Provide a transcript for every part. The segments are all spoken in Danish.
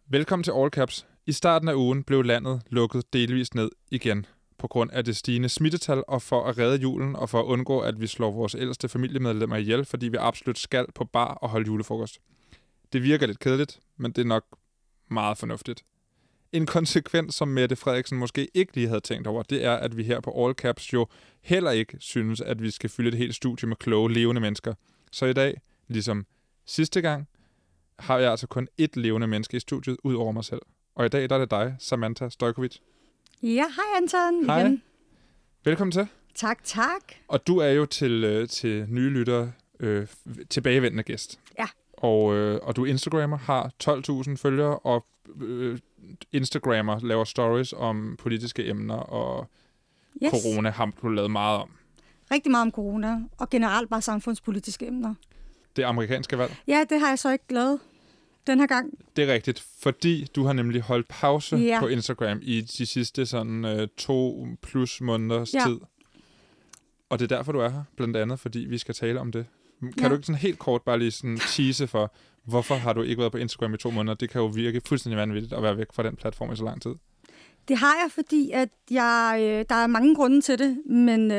Velkommen til All Caps. I starten af ugen blev landet lukket delvist ned igen på grund af det stigende smittetal og for at redde julen og for at undgå, at vi slår vores ældste familiemedlemmer ihjel, fordi vi absolut skal på bar og holde julefrokost. Det virker lidt kedeligt, men det er nok meget fornuftigt. En konsekvens, som Mette Frederiksen måske ikke lige havde tænkt over, det er, at vi her på All Caps jo heller ikke synes, at vi skal fylde et helt studie med kloge, levende mennesker. Så i dag, ligesom sidste gang, har jeg altså kun ét levende menneske i studiet, ud over mig selv. Og i dag der er det dig, Samantha Stojkovic. Ja, hej Anton. Hej. Igen. Velkommen til. Tak. Og du er jo til nye lyttere tilbagevendende gæst. Ja. Og du Instagrammer, har 12.000 følgere, og Instagrammer laver stories om politiske emner, og corona har du lavet meget om. Rigtig meget om corona, og generelt bare samfundspolitiske emner. Det amerikanske valg? Ja, det har jeg så ikke lavet den her gang. Det er rigtigt, fordi du har nemlig holdt pause på Instagram i de sidste sådan 2+ måneders tid. Og det er derfor, du er her, blandt andet, fordi vi skal tale om det. Kan du ikke sådan helt kort bare lige sådan tease for, hvorfor har du ikke været på Instagram i 2 måneder? Det kan jo virke fuldstændig vanvittigt at være væk fra den platform i så lang tid. Det har jeg, fordi at der er mange grunde til det, men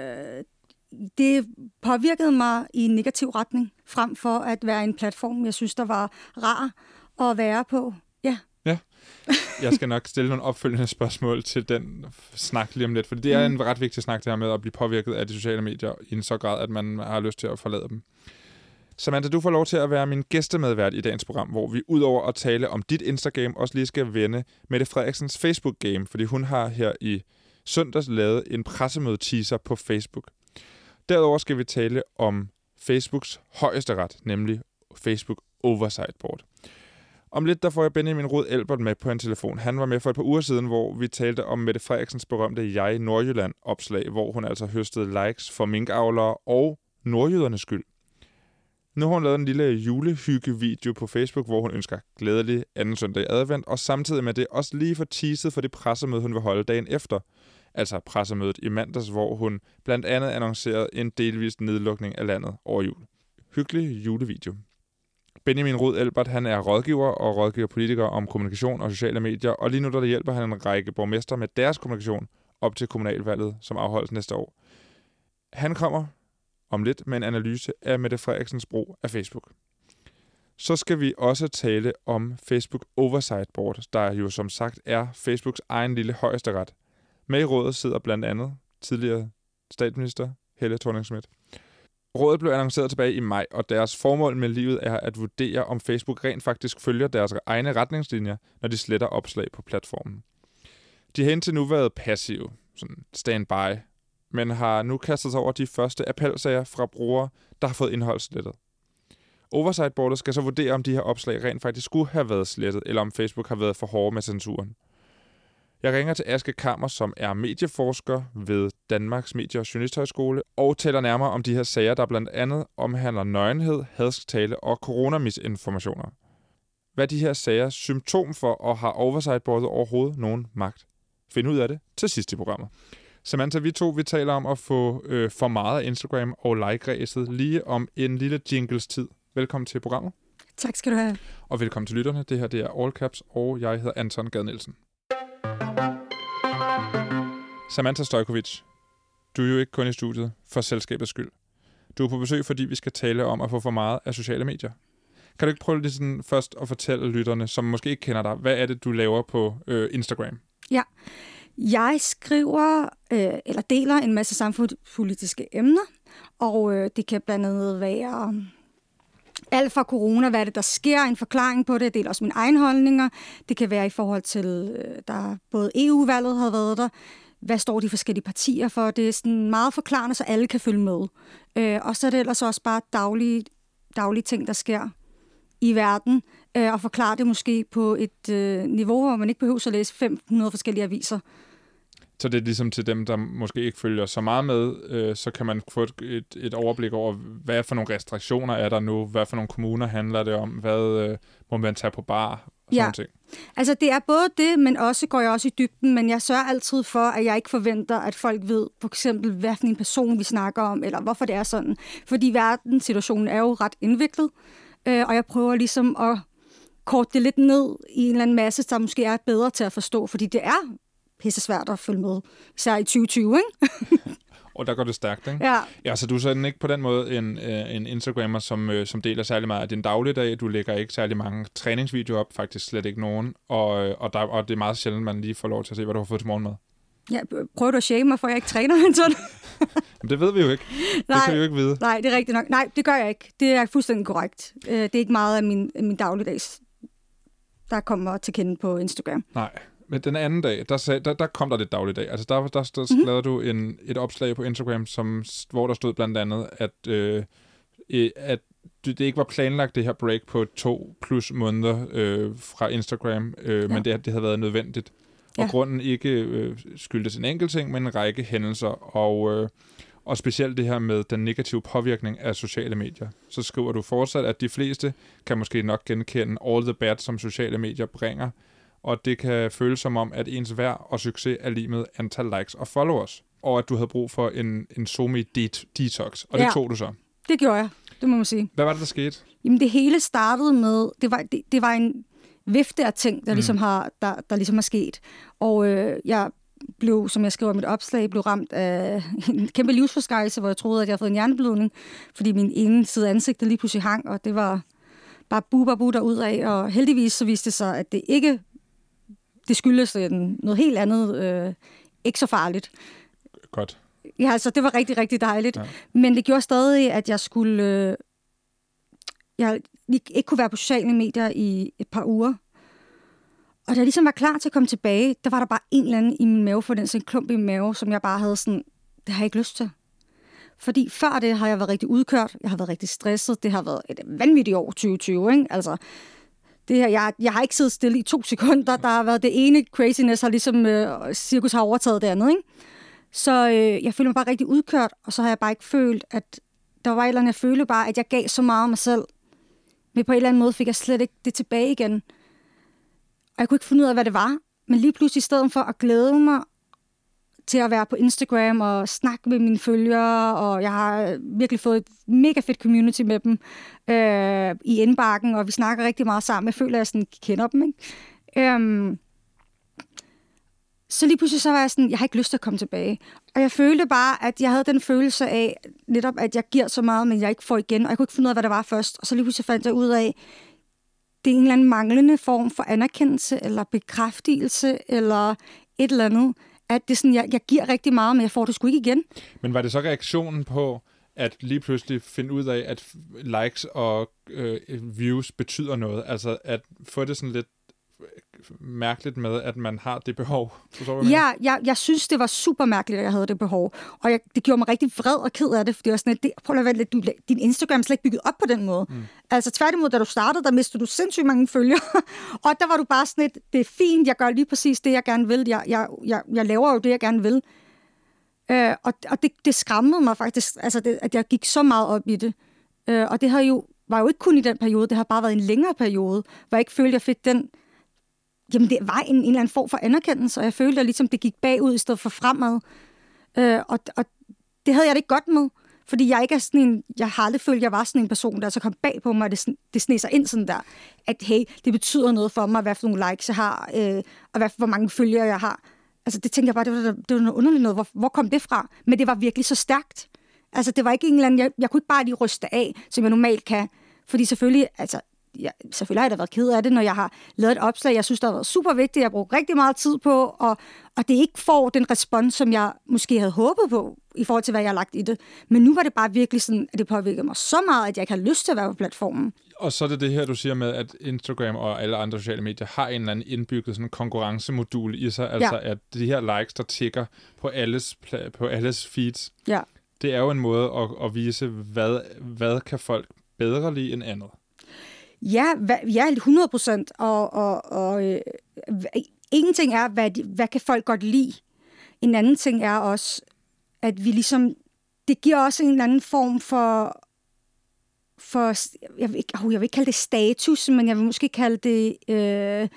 det påvirkede mig i en negativ retning, frem for at være en platform, jeg synes, der var rar at være på. Ja. Jeg skal nok stille nogle opfølgende spørgsmål til den snak lige om lidt, for det er en ret vigtig snak, det her med at blive påvirket af de sociale medier i en så grad, at man har lyst til at forlade dem. Samantha, du får lov til at være min gæstemedvært i dagens program, hvor vi udover at tale om dit Instagram, også lige skal vende Mette Frederiksens Facebook-game, fordi hun har her i søndags lavet en pressemøde-teaser på Facebook. Derudover skal vi tale om Facebooks højeste ret, nemlig Facebook Oversight Board. Om lidt der får jeg Benjamin Rud Elbert med på en telefon. Han var med for et par uger siden, hvor vi talte om Mette Frederiksens berømte Jeg Nordjylland-opslag, hvor hun altså høstede likes for minkavlere og nordjydernes skyld. Nu har hun lavet en lille julehygge-video på Facebook, hvor hun ønsker glædelig anden søndag i advent, og samtidig med det også lige for teaset for det pressemøde, hun vil holde dagen efter. Altså pressemødet i mandags, hvor hun blandt andet annoncerede en delvis nedlukning af landet over jul. Hyggelig julevideo. Benjamin Rud Elbert, han er rådgiver og rådgiver politikere om kommunikation og sociale medier, og lige nu der hjælper han en række borgmestre med deres kommunikation op til kommunalvalget, som afholdes næste år. Han kommer om lidt med en analyse af Mette Frederiksens brug af Facebook. Så skal vi også tale om Facebook Oversight Board, der jo som sagt er Facebooks egen lille højesteret. Med i rådet sidder blandt andet tidligere statsminister Helle Thorning-Schmidt. Rådet blev annonceret tilbage i maj, og deres formål med livet er at vurdere, om Facebook rent faktisk følger deres egne retningslinjer, når de sletter opslag på platformen. De har indtil nu været passive, sådan standby, men har nu kastet sig over de første appelsager fra brugere, der har fået indhold slettet. Oversight Boardet skal så vurdere, om de her opslag rent faktisk skulle have været slettet, eller om Facebook har været for hårde med censuren. Jeg ringer til Aske Kammer, som er medieforsker ved Danmarks Medie- og Journalisthøjskole, og taler nærmere om de her sager, der blandt andet omhandler nøgenhed, hadsk tale og coronamisinformationer. Hvad er de her sager symptom for, og har Oversight Boardet overhovedet nogen magt? Find ud af det til sidst i programmet. Samantha, vi taler om at få for meget af Instagram og like-ræset lige om en lille jingles tid. Velkommen til programmet. Tak skal du have. Og velkommen til lytterne. Det her det er All Caps, og jeg hedder Anton Gad Nielsen. Samantha Stojkovic, du er jo ikke kun i studiet for selskabets skyld. Du er på besøg, fordi vi skal tale om at få for meget af sociale medier. Kan du ikke prøve lige sådan først at fortælle lytterne, som måske ikke kender dig, hvad er det, du laver på Instagram? Ja, jeg skriver eller deler en masse samfundspolitiske emner, og det kan blandt andet være alt fra corona, hvad er det, der sker, en forklaring på det. Jeg deler også mine egne holdninger. Det kan være i forhold til, der både EU-valget har været der. Hvad står de forskellige partier for? Det er sådan meget forklarende, så alle kan følge med. Og så er det ellers også bare daglige ting, der sker i verden, og forklare det måske på et niveau, hvor man ikke behøver at læse 500 forskellige aviser. Så det er ligesom til dem, der måske ikke følger så meget med, så kan man få et overblik over, hvad for nogle restriktioner er der nu, hvad for nogle kommuner handler det om, hvad må man tage på bar og sådan nogle ting. Altså det er både det, men også går jeg også i dybden, men jeg sørger altid for, at jeg ikke forventer, at folk ved for eksempel, hvad for en person vi snakker om, eller hvorfor det er sådan. Fordi verdenssituationen er jo ret indviklet, og jeg prøver ligesom at korte det lidt ned i en eller anden masse, der måske er bedre til at forstå, fordi det er pisse svært at følge med, især i 2020, ikke? Og der går det stærkt, ikke? Ja. Ja, så du er sådan ikke på den måde en Instagrammer, som deler særlig meget af din dagligdag. Du lægger ikke særlig mange træningsvideoer op, faktisk slet ikke nogen. Og det er meget sjældent, man lige får lov til at se, hvad du har fået til morgenmad. Ja, prøver du at shame mig, for jeg ikke træner, Anton? Men det ved vi jo ikke. Det kan vi jo ikke vide. Nej, det er rigtigt nok. Nej, det gør jeg ikke. Det er fuldstændig korrekt. Det er ikke meget af min dagligdags, der kommer til kende på Instagram. Nej. Men den anden dag, der kom der lidt dagligdag. Altså der lavede du et opslag på Instagram, hvor der stod blandt andet, at det ikke var planlagt, det her break på 2+ måneder fra Instagram, men det havde været nødvendigt. Og grunden ikke skyldtes en enkelt ting, men en række hændelser. Og specielt det her med den negative påvirkning af sociale medier. Så skriver du fortsat, at de fleste kan måske nok genkende all the bad, som sociale medier bringer, og det kan føles som om, at ens værd og succes er lige med antal likes og followers, og at du havde brug for en SoMe-detox, og det tog du så. Det gjorde jeg, det må man sige. Hvad var det, der skete? Jamen det hele startede med, det var en vifte af ting, der ligesom har sket, og jeg blev, som jeg skriver i mit opslag, blev ramt af en kæmpe livsforskrækkelse, hvor jeg troede, at jeg havde fået en hjerneblødning, fordi min ene side af ansigtet lige pludselig hang, og det var bare bu derudad, og heldigvis så viste det sig, at det skyldes noget helt andet, ikke så farligt. Godt. Ja, altså det var rigtig, rigtig dejligt. Ja. Men det gjorde stadig, at jeg skulle jeg ikke kunne være på sociale medier i et par uger. Og da jeg ligesom var klar til at komme tilbage, der var der bare en eller anden i min mave, en klump i min mave, som jeg bare havde sådan, det har jeg ikke lyst til. Fordi før det har jeg været rigtig udkørt, jeg har været rigtig stresset, det har været et vanvittigt år 2020, ikke? Altså, det her, jeg har ikke siddet stille i 2 sekunder, der har været det ene craziness, har ligesom cirkus har overtaget det andet, ikke? Så jeg følte mig bare rigtig udkørt, og så har jeg bare ikke følt, at der var et eller andet, jeg følte bare, at jeg gav så meget af mig selv. Men på en eller anden måde fik jeg slet ikke det tilbage igen. Og jeg kunne ikke finde ud af, hvad det var. Men lige pludselig i stedet for at glæde mig til at være på Instagram og snakke med mine følgere, og jeg har virkelig fået et mega fedt community med dem i indbakken, og vi snakker rigtig meget sammen. Jeg føler, at jeg sådan kender dem, ikke? Så lige pludselig så var jeg sådan, jeg har ikke lyst til at komme tilbage. Og jeg følte bare, at jeg havde den følelse af, netop at jeg giver så meget, men jeg ikke får igen, og jeg kunne ikke finde ud af, hvad det var først. Og så lige pludselig fandt jeg ud af, det er en eller anden manglende form for anerkendelse, eller bekræftelse, eller et eller andet. At det er sådan, jeg giver rigtig meget, men jeg får det sgu ikke igen. Men var det så reaktionen på, at lige pludselig finde ud af, at likes og views betyder noget? Altså at få det sådan lidt mærkeligt med, at man har det behov? Ja, jeg synes, det var super mærkeligt, at jeg havde det behov. Og det gjorde mig rigtig vred og ked af det, fordi jeg var sådan, prøv at være lidt, din Instagram er slet ikke bygget op på den måde. Altså tværtimod, da du startede, der mistede du sindssygt mange følgere. Og der var du bare sådan lidt, det er fint, jeg gør lige præcis det, jeg gerne vil. Jeg laver jo det, jeg gerne vil. Og det skræmmede mig faktisk, altså at jeg gik så meget op i det. Og det var jo ikke kun i den periode, det har bare været en længere periode, hvor jeg ikke følte, at jeg fik den. Jamen, det var en eller anden form for anerkendelse, og jeg følte, at ligesom det gik bagud i stedet for fremad. Og det havde jeg det ikke godt med, fordi jeg ikke er sådan en, jeg har aldrig følt, at jeg var sådan en person, der så kom bag på mig, og det sneg sig ind sådan der, at hey, det betyder noget for mig, hvad for nogle likes jeg har, og hvor mange følgere jeg har. Altså, det tænkte jeg bare, det var noget underligt noget. Hvor kom det fra? Men det var virkelig så stærkt. Altså, det var ikke en eller anden, jeg kunne ikke bare lige ryste af, som jeg normalt kan, fordi selvfølgelig har jeg da været ked af det, når jeg har lavet et opslag, jeg synes, der har været super vigtigt, jeg har brugt rigtig meget tid på, og det ikke får den respons, som jeg måske havde håbet på, i forhold til, hvad jeg har lagt i det. Men nu var det bare virkelig sådan, at det påvirkede mig så meget, at jeg ikke har lyst til at være på platformen. Og så er det her, du siger med, at Instagram og alle andre sociale medier har en eller anden indbygget sådan en konkurrencemodul i sig, altså at de her likes, der tikker på alles feeds, det er jo en måde at vise, hvad kan folk bedre lide end andet. Ja, 100%. Og en ting er, hvad kan folk godt lide? En anden ting er også, at vi ligesom, det giver også en eller anden form for jeg vil ikke kalde det status, men jeg vil måske kalde det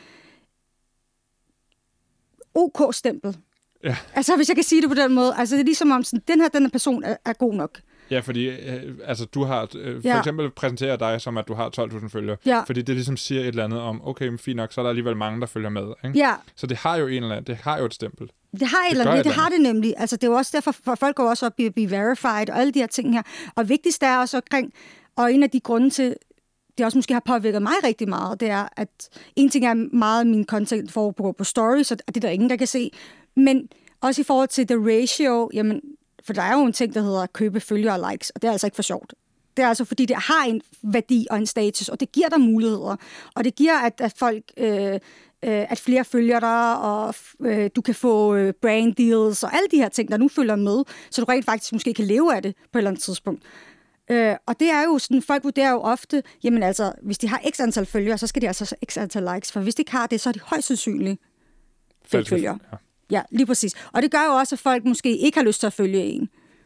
OK-stempel. Ja. Altså, hvis jeg kan sige det på den måde. Altså, det er ligesom om, sådan, den her person er god nok. Ja, fordi altså, du har for eksempel præsenterer dig som, at du har 12.000 følgere. Ja. Fordi det ligesom siger et eller andet om, okay, men fint nok, så er der alligevel mange, der følger med. Ikke? Ja. Så det har jo det har jo et stempel. Det har et eller andet, det har det nemlig. Altså, det er jo også derfor, for folk går også op i at blive verified og alle de her ting her. Og vigtigst er også omkring, og en af de grunde til, det også måske har påvirket mig rigtig meget, det er, at en ting er meget af min content foregår på stories, og det er der ingen, der kan se. Men også i forhold til the ratio, jamen, for der er jo en ting, der hedder købe følgere og likes, og det er altså ikke for sjovt. Det er altså, fordi det har en værdi og en status, og det giver dig muligheder. Og det giver, at folk, at flere følger dig, og du kan få brand deals, og alle de her ting, der nu følger med, så du rent faktisk måske kan leve af det på et eller andet tidspunkt. Og det er jo sådan, folk vurderer jo ofte, jamen altså, hvis de har x antal følgere, så skal de altså x antal likes, for hvis de ikke har det, så er de højst sandsynligt følgere. Ja, lige præcis. Og det gør jo også, at folk måske ikke har lyst til at følge en.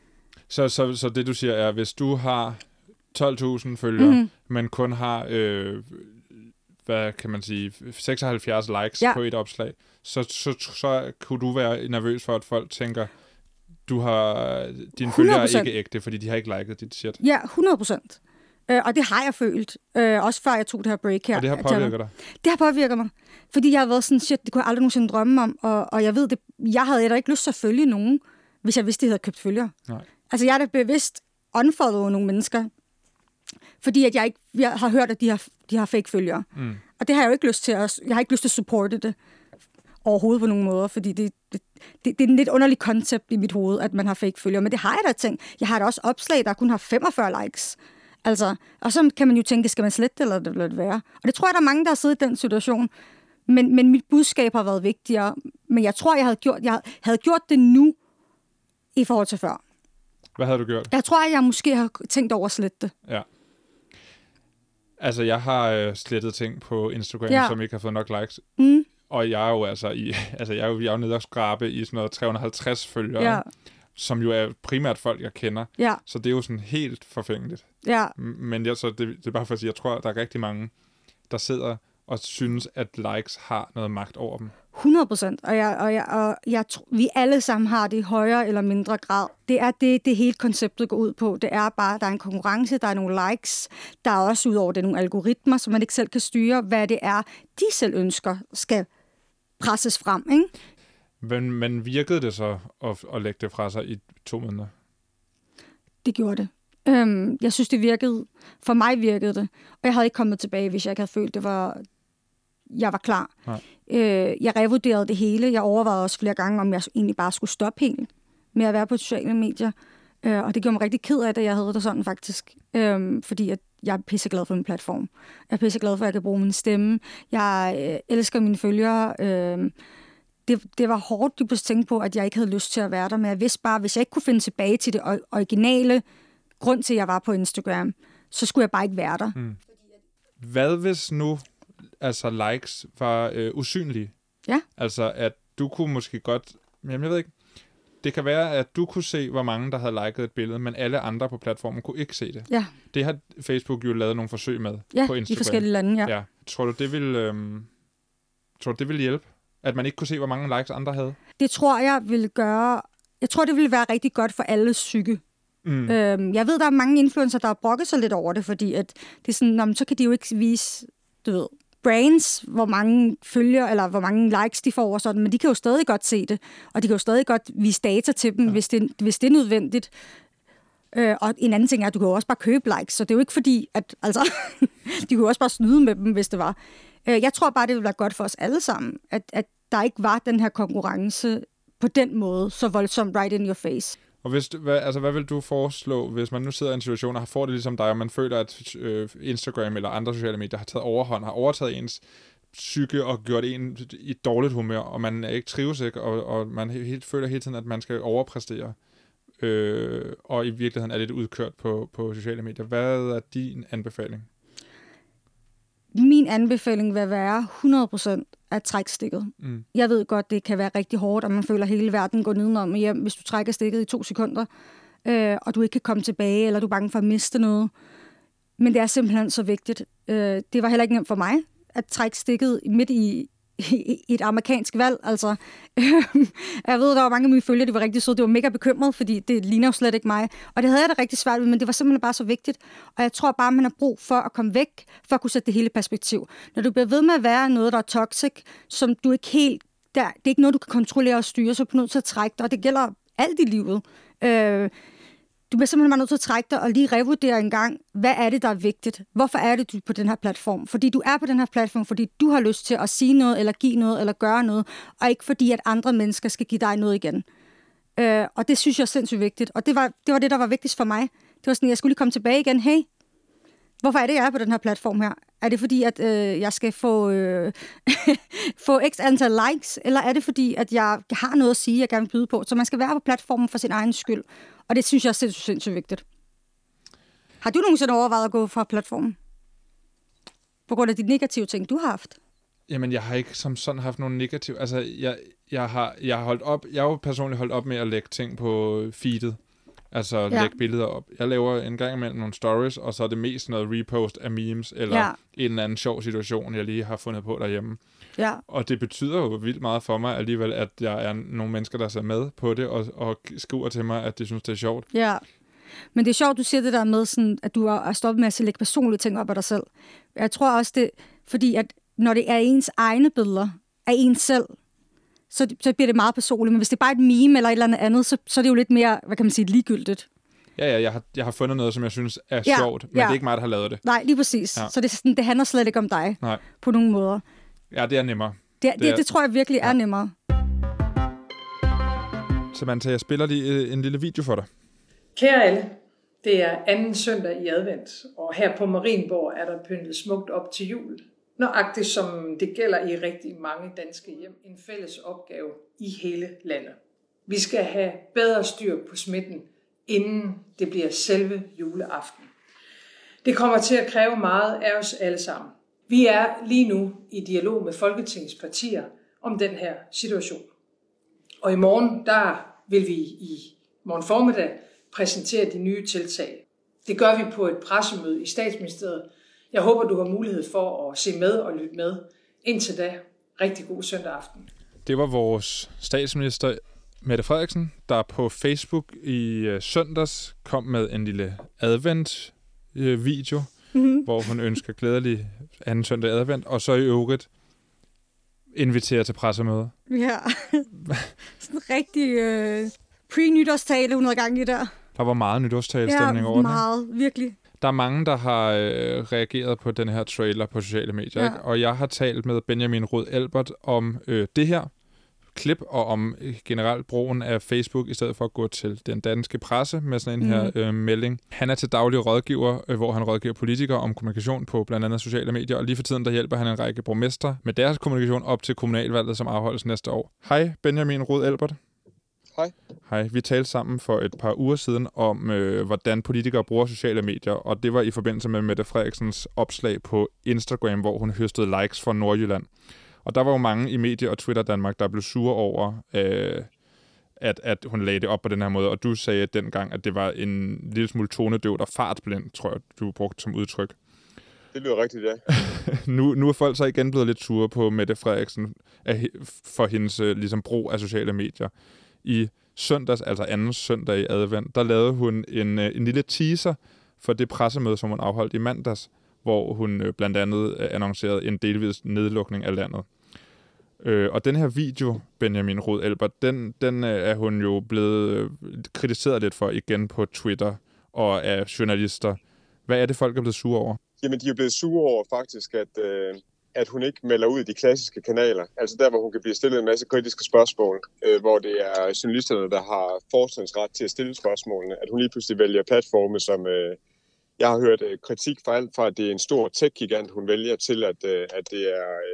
Så det, du siger, er, hvis du har 12.000 følgere, men kun har, hvad kan man sige, 76 likes på et opslag, så kunne du være nervøs for, at folk tænker, dine følgere er ikke ægte, fordi de har ikke liket dit shit. Ja, 100%. Og det har jeg følt, også før jeg tog det her break her. Og det har påvirket dig? Det har påvirket mig, fordi jeg har været sådan, shit, det kunne jeg aldrig nogensinde drømme om, og jeg ved det, jeg havde ikke lyst til at følge nogen, hvis jeg vidste, de havde købt følgere. Nej. Altså, jeg er da bevidst unfollowet nogle mennesker, fordi at jeg har hørt, at de har fake følgere. Og det har jeg jo ikke lyst til jeg har ikke lyst til at supporte det overhovedet på nogen måder, fordi det er en lidt underlig koncept i mit hoved, at man har fake følgere, men det har jeg da tænkt. Jeg har da også opslag, der kun har 45 likes. Altså, og så kan man jo tænke, skal man slette det, eller det vil det være? Og det tror jeg, der er mange, der har siddet i den situation. Men mit budskab har været vigtigere. Men jeg tror, jeg havde gjort det nu, i forhold til før. Hvad havde du gjort? Jeg tror, jeg måske har tænkt over at slette det. Ja. Altså, jeg har slettet ting på Instagram, som ikke har fået nok likes. Og jeg er jo jeg er jo nede og skrabe i sådan noget 350 følgere, som jo er primært folk, jeg kender. Ja. Så det er jo sådan helt forfængeligt. Ja. Men det er bare for at sige, jeg tror, der er rigtig mange, der sidder og synes, at likes har noget magt over dem. 100%. Og vi alle sammen har det i højere eller mindre grad. Det er det hele konceptet går ud på. Det er bare, der er en konkurrence, der er nogle likes. Der er også udover det nogle algoritmer, som man ikke selv kan styre, hvad det er, de selv ønsker skal presses frem, ikke? Men virkede det så at lægge det fra sig i 2 måneder? Det gjorde det. Jeg synes, det virkede. For mig virkede det. Og jeg havde ikke kommet tilbage, hvis jeg ikke havde følt, jeg var klar. Jeg revurderede det hele. Jeg overvejede også flere gange, om jeg egentlig bare skulle stoppe helt med at være på sociale medier. Og det gjorde mig rigtig ked af det, jeg havde det sådan faktisk. Fordi at jeg er pisseglad for min platform. Jeg er pisseglad for, at jeg kan bruge min stemme. Jeg elsker mine følgere. Det var hårdt at tænke på, at jeg ikke havde lyst til at være der, men jeg vidste bare, at hvis jeg ikke kunne finde tilbage til det originale grund til, at jeg var på Instagram, så skulle jeg bare ikke være der. Hvad hvis nu likes var usynlige? Ja. Altså, at du kunne måske godt... Jamen, jeg ved ikke. Det kan være, at du kunne se, hvor mange, der havde liket et billede, men alle andre på platformen kunne ikke se det. Ja. Det har Facebook jo lavet nogle forsøg med på Instagram. I forskellige lande, ja. Tror du, det ville hjælpe? At man ikke kunne se, hvor mange likes andre havde? Det tror jeg ville gøre... Jeg tror, det ville være rigtig godt for alles psyke. Jeg ved, der er mange influencer, der har brokket sig lidt over det, fordi at det er sådan, så kan de jo ikke vise, brands, hvor mange følger, eller hvor mange likes de får og sådan, men de kan jo stadig godt se det, og de kan jo stadig godt vise data til dem, hvis det er nødvendigt. Og en anden ting er, at du kan jo også bare købe likes, så det er jo ikke fordi, at de kunne jo også bare snyde med dem, hvis det var. Jeg tror bare, det ville være godt for os alle sammen, at der ikke var den her konkurrence på den måde, så voldsomt right in your face. Og hvad vil du foreslå, hvis man nu sidder i en situation og får det ligesom dig, og man føler, at Instagram eller andre sociale medier har taget overhånd, har overtaget ens psyke og gjort en i et dårligt humør, og man er ikke trives, ikke? Og man føler hele tiden, at man skal overpræstere, og i virkeligheden er lidt udkørt på sociale medier. Hvad er din anbefaling? Min anbefaling vil være 100% at trække stikket. Jeg ved godt, det kan være rigtig hårdt, og man føler, at hele verden går nedenom og hjem, hvis du trækker stikket i 2 sekunder, og du ikke kan komme tilbage, eller du er bange for at miste noget. Men det er simpelthen så vigtigt. Det var heller ikke nemt for mig at trække stikket midt i i et amerikansk valg. Altså, jeg ved, der var mange af mine følgere, de var rigtig søde. Det var mega bekymret, fordi det ligner jo slet ikke mig. Og det havde jeg da rigtig svært ved, men det var simpelthen bare så vigtigt. Og jeg tror bare, man har brug for at komme væk, for at kunne sætte det hele i perspektiv. Når du bliver ved med at være noget, der er toxic, som du ikke helt... Det er ikke noget, du kan kontrollere og styre, så er du nødt til at trække dig. Og det gælder alt i livet. Du bliver simpelthen bare nødt til at trække dig og lige revurdere en gang, hvad er det, der er vigtigt? Hvorfor er det, du er på den her platform? Fordi du er på den her platform, fordi du har lyst til at sige noget, eller give noget, eller gøre noget, og ikke fordi, at andre mennesker skal give dig noget igen. Og det synes jeg er sindssygt vigtigt. Og det var det, der var vigtigst for mig. Det var sådan, at jeg skulle lige komme tilbage igen. Hey, hvorfor er det, jeg er på den her platform her? Er det fordi, at jeg skal få x antal likes, eller er det fordi, at jeg har noget at sige, jeg gerne vil byde på? Så man skal være på platformen for sin egen skyld. Og det synes jeg er sindssygt vigtigt. Har du nogensinde overvejet at gå fra platformen? På grund af de negative ting, du har haft? Jamen, jeg har ikke som sådan haft nogen negativ... Altså, jeg har holdt op... Jeg har jo personligt holdt op med at lægge ting på feedet. Altså, lægge billeder op. Jeg laver en gang imellem nogle stories, og så er det mest noget repost af memes, eller en eller anden sjov situation, jeg lige har fundet på derhjemme. Ja. Og det betyder jo vildt meget for mig alligevel, at jeg er nogle mennesker, der ser med på det, og skriver til mig, at de synes, det er sjovt. Ja, men det er sjovt, du siger det der med, sådan, at du er stoppet med at lægge personlige ting op af dig selv. Jeg tror også det, fordi at når det er ens egne billeder af ens selv, så bliver det meget personligt. Men hvis det er bare et meme eller et eller andet, så er det jo lidt mere, hvad kan man sige, ligegyldigt. Ja, jeg har fundet noget, som jeg synes er sjovt, men det er ikke mig, der har lavet det. Nej, lige præcis. Ja. Så det handler slet ikke om dig. Nej. På nogen måder. Ja, det er nemmere. Det tror jeg virkelig er nemmere. Samantha, jeg spiller lige en lille video for dig. Kære alle, det er anden søndag i advent, og her på Marienborg er der pyntet smukt op til jul. Nøjagtigt som det gælder i rigtig mange danske hjem, en fælles opgave i hele landet. Vi skal have bedre styr på smitten, inden det bliver selve juleaften. Det kommer til at kræve meget af os alle sammen. Vi er lige nu i dialog med Folketingets partier om den her situation. Og i morgen, der vil vi i morgen formiddag præsentere de nye tiltag. Det gør vi på et pressemøde i Statsministeriet. Jeg håber, du har mulighed for at se med og lytte med. Indtil da, rigtig god søndag aften. Det var vores statsminister Mette Frederiksen, der på Facebook i søndags kom med en lille advent-video, hvor hun ønsker glædelig anden søndag advent, og så i øvrigt inviterer til pressemøde. Ja, sådan en rigtig pre-nytårstale, hun havde gang i der. Der var meget nytårstale-stemning over den. Ja, meget, virkelig. Der er mange, der har reageret på den her trailer på sociale medier, ikke? Og jeg har talt med Benjamin Rud Albert om det her klip, og om generelt brugen af Facebook, i stedet for at gå til den danske presse med sådan en her melding. Han er til daglig rådgiver, hvor han rådgiver politikere om kommunikation på blandt andet sociale medier, og lige for tiden der hjælper han en række borgmestre med deres kommunikation op til kommunalvalget, som afholdes næste år. Hej, Benjamin Rud Albert. Hej. Hej. Vi talte sammen for et par uger siden om, hvordan politikere bruger sociale medier, og det var i forbindelse med Mette Frederiksens opslag på Instagram, hvor hun høstede likes fra Nordjylland. Og der var jo mange i medie- og Twitter Danmark, der blev sure over, at hun lagde det op på den her måde. Og du sagde dengang, at det var en lille smule tonedøvt og fartblind, tror jeg, du brugte som udtryk. Det lyder rigtigt, ja. nu er folk så igen blevet lidt sure på Mette Frederiksen for hendes ligesom, brug af sociale medier. I søndags, altså anden søndag i advent, der lavede hun en lille teaser for det pressemøde, som hun afholdt i mandags, hvor hun blandt andet annoncerede en delvis nedlukning af landet. Og den her video, Benjamin Rud Albert, den er hun jo blevet kritiseret lidt for igen på Twitter og af journalister. Hvad er det, folk er blevet sure over? Jamen, de er blevet sure over faktisk, at hun ikke melder ud i de klassiske kanaler. Altså der, hvor hun kan blive stillet en masse kritiske spørgsmål, hvor det er journalisterne, der har fortrinsret til at stille spørgsmålene. At hun lige pludselig vælger platforme, som jeg har hørt kritik fra alt fra, at det er en stor tech-gigant, hun vælger, til at det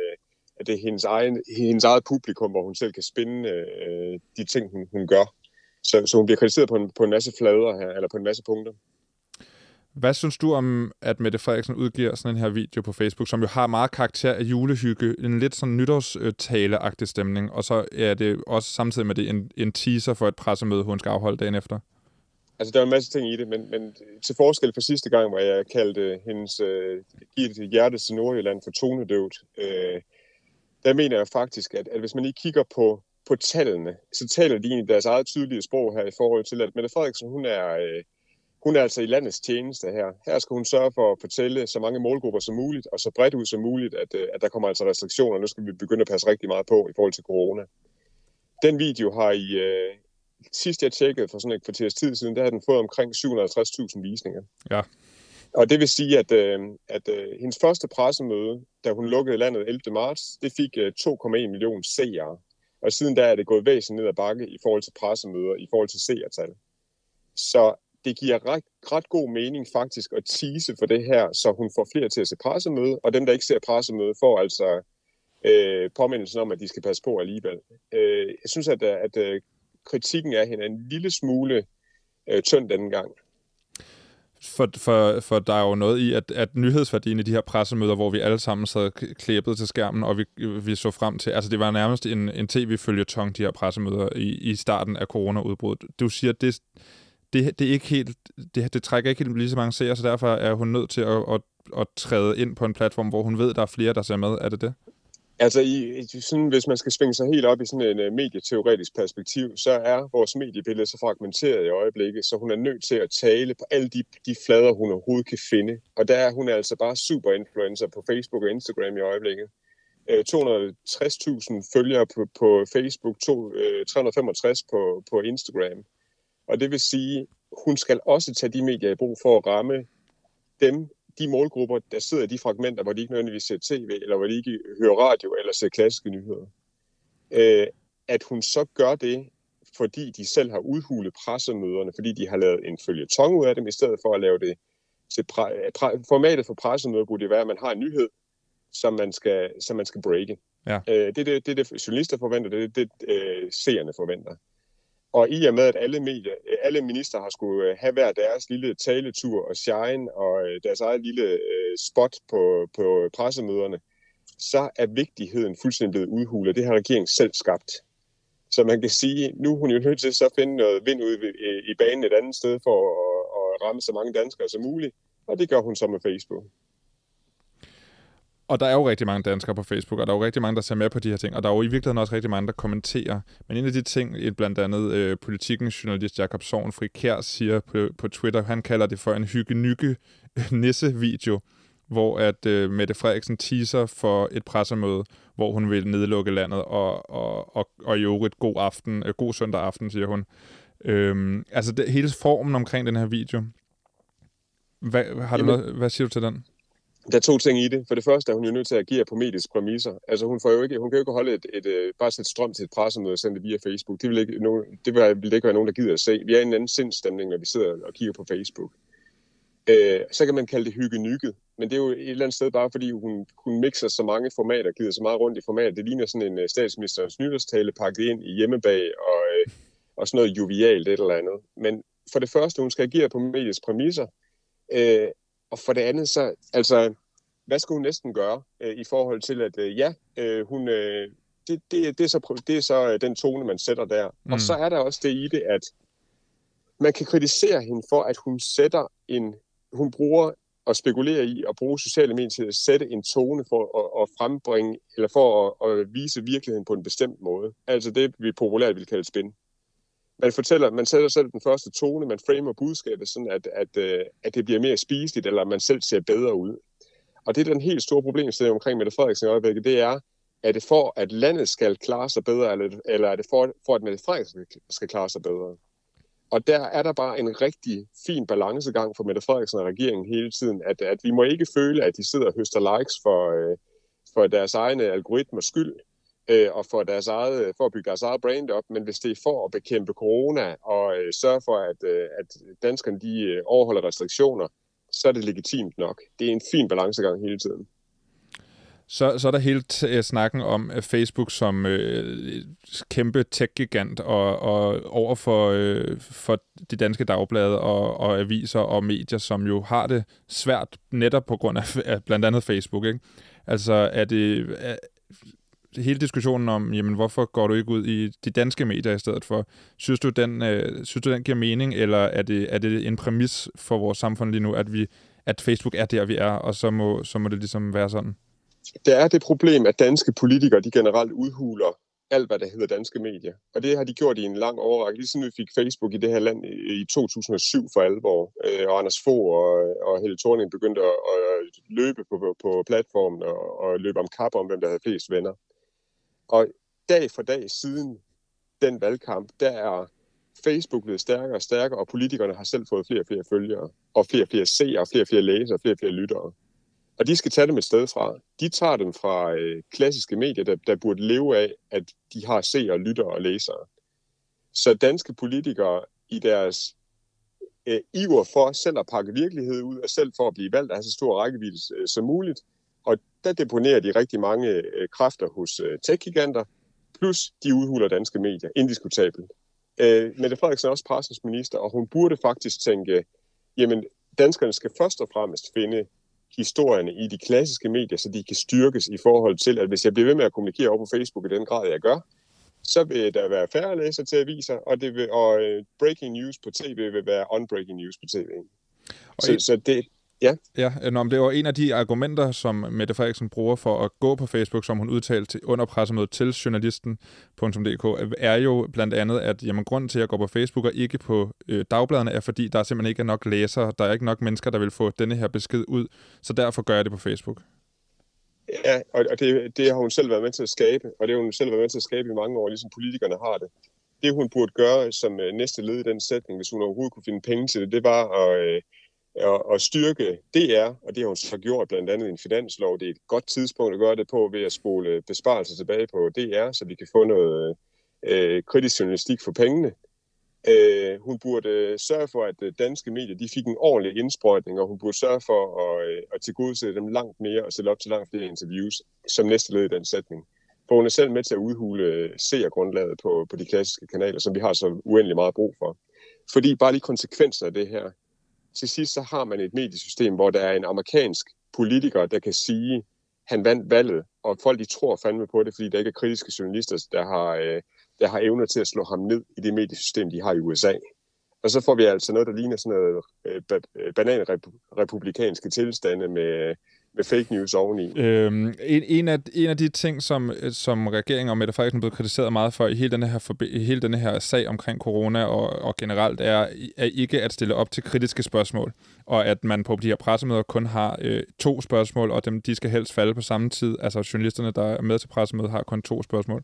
er hendes eget publikum, hvor hun selv kan spinde de ting, hun gør. Så hun bliver kritiseret på en masse flader her, eller på en masse punkter. Hvad synes du om, at Mette Frederiksen udgiver sådan en her video på Facebook, som jo har meget karakter af julehygge, en lidt sådan nytårstale-agtig stemning, og så er det også samtidig med det en teaser for et pressemøde, hun skal afholde dagen efter? Altså, der er en masse ting i det, men til forskel fra sidste gang, hvor jeg kaldte hendes Giv et hjerte til Nordjylland for tonedøvt, der mener jeg faktisk, at hvis man lige kigger på tallene, så taler de egentlig deres eget tydelige sprog her i forhold til, at Mette Frederiksen, hun er altså i landets tjeneste her. Her skal hun sørge for at fortælle så mange målgrupper som muligt, og så bredt ud som muligt, at der kommer altså restriktioner. Nu skal vi begynde at passe rigtig meget på i forhold til corona. Den video har sidst jeg tjekkede for sådan et kvarters tid siden, der har den fået omkring 750.000 visninger. Ja. Og det vil sige, at hendes første pressemøde, da hun lukkede landet 11. marts, det fik 2,1 millioner seere. Og siden da er det gået væsentligt ned ad bakke i forhold til pressemøder, i forhold til seertal. Så det giver ret god mening faktisk at tease for det her, så hun får flere til at se pressemøde, og dem, der ikke ser pressemøde, får altså påmindelsen om, at de skal passe på alligevel. Jeg synes, at kritikken af hende er en lille smule tynd denne gang. For der er jo noget i, at nyhedsværdien i de her pressemøder, hvor vi alle sammen sad klæbet til skærmen, og vi så frem til, altså det var nærmest en tv-føljeton, de her pressemøder i starten af coronaudbruddet. Du siger, at det er ikke helt, det trækker ikke helt lige så mange seere, så derfor er hun nødt til at træde ind på en platform, hvor hun ved, der er flere, der ser med. Er det det? Altså, sådan, hvis man skal svinge sig helt op i sådan en medieteoretisk perspektiv, så er vores mediebillede så fragmenteret i øjeblikket, så hun er nødt til at tale på alle de flader, hun overhovedet kan finde. Og der er hun altså bare superinfluencer på Facebook og Instagram i øjeblikket. 260.000 følgere på Facebook, 365 på Instagram. Og det vil sige, hun skal også tage de medier i brug for at ramme de målgrupper, der sidder i de fragmenter, hvor de ikke nødvendigvis ser tv, eller hvor de ikke hører radio, eller ser klassiske nyheder. At hun så gør det, fordi de selv har udhulet pressemøderne, fordi de har lavet en føljeton ud af dem, i stedet for at lave det til formatet for pressemøder, burde det være, at man har en nyhed, som man skal breake. Ja. Det er det, journalister forventer, det er det, seerne forventer. Og i og med, at alle minister har skulle have hver deres lille taletur og shine og deres eget lille spot på pressemøderne, så er vigtigheden fuldstændig blevet udhulet. Det har regeringen selv skabt. Så man kan sige, nu er hun jo nødt til så at finde noget vind ud i banen et andet sted for at ramme så mange danskere som muligt. Og det gør hun så med Facebook. Og der er jo rigtig mange danskere på Facebook, og der er jo rigtig mange, der ser med på de her ting, og der er jo i virkeligheden også rigtig mange, der kommenterer. Men en af de ting, blandt andet Politikens journalist Jakob Sorgenfri Kjær siger på Twitter, han kalder det for en hygge-nisse-video, hvor at Mette Frederiksen teaser for et pressemøde, hvor hun vil nedlukke landet, og i øvrigt god søndag aften, siger hun. Altså hele formen omkring den her video. Hvad siger du til den? Der er to ting i det. For det første er hun jo nødt til at agere på mediets præmisser. Altså hun kan jo ikke holde bare sætte strøm til et pressemøde og sende det via Facebook. Det vil ikke være nogen, der gider at se. Vi er i en anden sindsstemning, når vi sidder og kigger på Facebook. Så kan man kalde det hygge-nygget. Men det er jo et eller andet sted bare fordi hun mixer så mange formater, gider så meget rundt i formater. Det ligner sådan en statsministerens nytårstale pakket ind i hjemmebag og sådan noget jovialt et eller andet. Men for det første, hun skal agere på mediets præmisser. Og for det andet, så altså, hvad skal hun næsten gøre i forhold til, at det er så den tone, man sætter der. Og så er der også det i det, at man kan kritisere hende for, at hun bruger og spekulerer i at bruge sociale medier til at sætte en tone for at frembringe, eller for at vise virkeligheden på en bestemt måde. Altså det, vi populært vil kalde spin. Man sætter selv den første tone, man framer budskabet sådan, at det bliver mere spiseligt, eller man selv ser bedre ud. Og det er den helt store problemstilling omkring Mette Frederiksen i øjeblikket, det er det for, at landet skal klare sig bedre, eller er det for at Mette Frederiksen skal klare sig bedre? Og der er der bare en rigtig fin balancegang for Mette Frederiksen og regeringen hele tiden, at vi må ikke føle, at de sidder og høster likes for deres egne algoritmers skyld, og for at bygge deres eget brand op, men hvis det er for at bekæmpe corona og sørge for, at danskerne de overholder restriktioner, så er det legitimt nok. Det er en fin balancegang hele tiden. Så er der helt snakken om Facebook som kæmpe tech-gigant og over for de danske dagblade og aviser og medier, som jo har det svært netop på grund af blandt andet Facebook, ikke? Altså er det hele diskussionen om, jamen hvorfor går du ikke ud i de danske medier i stedet for? Synes du den giver mening, eller er det en præmis for vores samfund lige nu, at Facebook er der, vi er, og så må det ligesom være sådan? Der er det problem, at danske politikere de generelt udhuler alt, hvad der hedder danske medier. Og det har de gjort i en lang årrække. Lige siden vi fik Facebook i det her land i 2007 for alvor, og Anders Fogh og Helle Thorning begyndte at løbe på platformen og løbe om kap om, hvem der havde flest venner. Og dag for dag siden den valgkamp, der er Facebook blevet stærkere og stærkere, og politikerne har selv fået flere og flere følgere, og flere og flere seere, flere og flere læsere, flere og flere lyttere. Og de skal tage dem et sted fra. De tager dem fra klassiske medier, der burde leve af, at de har seere, lyttere og læsere. Så danske politikere i deres iver for selv at pakke virkelighed ud, og selv for at blive valgt, at have så stor rækkevidde som muligt. Og der deponerer de rigtig mange kræfter hos tech-giganter, plus de udhuler danske medier, indiskutabelt. Mette Frederiksen er også pressens minister, og hun burde faktisk tænke, jamen danskerne skal først og fremmest finde historierne i de klassiske medier, så de kan styrkes i forhold til, at hvis jeg bliver ved med at kommunikere over på Facebook i den grad, jeg gør, så vil der være færre læsere til aviser, og breaking news på tv vil være unbreaking news på tv. Så det... Ja. Ja, det var en af de argumenter, som Mette Frederiksen bruger for at gå på Facebook, som hun udtalte under pressemødet til journalisten.dk, er jo blandt andet, at grunden til, at jeg går på Facebook og ikke på dagbladene, er fordi, der simpelthen ikke er nok læsere, der er ikke nok mennesker, der vil få denne her besked ud, så derfor gør jeg det på Facebook. Ja, og det har hun selv været med til at skabe, og det har hun selv været med til at skabe i mange år, ligesom politikerne har det. Det hun burde gøre som næste led i den sætning, hvis hun overhovedet kunne finde penge til det, det var at styrke DR, og det har hun så gjort blandt andet i en finanslov. Det er et godt tidspunkt at gøre det på ved at spole besparelser tilbage på DR, så vi kan få noget kritisk journalistik for pengene. Hun burde sørge for, at danske medier de fik en ordentlig indsprøjtning, og hun burde sørge for at tilgodese dem langt mere og stille op til langt flere interviews som næste led i den sætning. For hun er selv med til at udhule seergrundlaget på de klassiske kanaler, som vi har så uendelig meget brug for. Fordi bare lige konsekvenser af det her. Til sidst så har man et mediesystem, hvor der er en amerikansk politiker, der kan sige, han vandt valget, og folk de tror fandme på det, fordi der ikke er kritiske journalister, der har evner til at slå ham ned i det mediesystem, de har i USA. Og så får vi altså noget, der ligner sådan noget bananrepublikanske tilstande med fake news oveni. En af de ting, som regeringen og Mette Frederiksen er blevet kritiseret meget for i hele denne her sag omkring corona og generelt, er ikke at stille op til kritiske spørgsmål, og at man på de her pressemøder kun har 2 spørgsmål, og de skal helst falde på samme tid. Altså journalisterne, der er med til pressemødet, har kun 2 spørgsmål.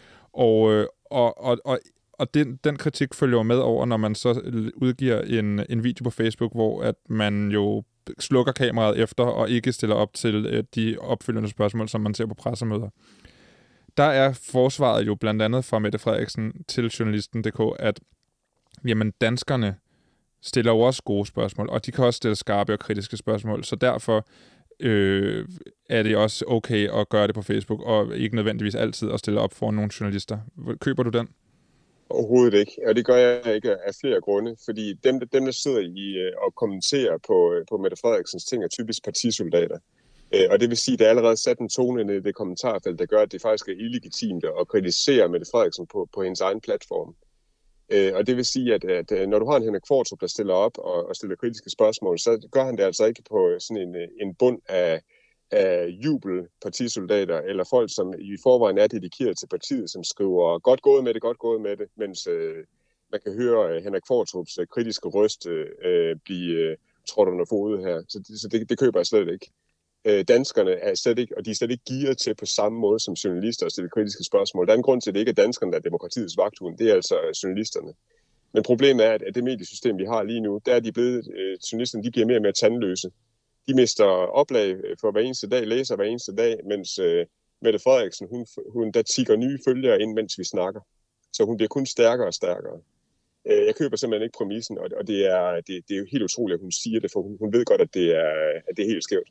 Og den kritik følger jo med over, når man så udgiver en video på Facebook, hvor at man jo slukker kameraet efter og ikke stiller op til de opfølgende spørgsmål, som man ser på pressemøder. Der er forsvaret jo blandt andet fra Mette Frederiksen til journalisten.dk, at danskerne stiller jo også gode spørgsmål, og de kan også stille skarpe og kritiske spørgsmål, så derfor er det også okay at gøre det på Facebook, og ikke nødvendigvis altid at stille op for nogle journalister. Køber du den? Overhovedet ikke, og det gør jeg ikke af flere grunde, fordi dem der sidder og kommenterer på Mette Frederiksens ting, er typisk partisoldater. Og det vil sige, at der er allerede sat en tone i det kommentarfelt, der gør, at det faktisk er illegitimt at kritisere Mette Frederiksen på hendes egen platform. Og det vil sige, at når du har en Henrik Qvortrup, der stiller op og stiller kritiske spørgsmål, så gør han det altså ikke på sådan en bund af jubelpartisoldater, eller folk, som i forvejen er dedikeret til partiet, som skriver godt gået med det, mens man kan høre Henrik Qvortrups kritiske røst blive trådt under fodet her. Så det køber jeg slet ikke. Danskerne er slet ikke, og de er slet ikke gearet til på samme måde som journalister at stille kritiske spørgsmål. Der er en grund til, at det ikke er danskerne, der er demokratiets vagthund. Det er altså journalisterne. Men problemet er, at det mediesystem, vi har lige nu, der er journalisterne de bliver mere og mere tandløse. De mister oplag for hver eneste dag, læser hver eneste dag, mens Mette Frederiksen, hun der tikker nye følgere ind, mens vi snakker. Så hun bliver kun stærkere og stærkere. Jeg køber simpelthen ikke præmissen, og det er jo helt utroligt, at hun siger det, for hun ved godt, at det er helt skævt.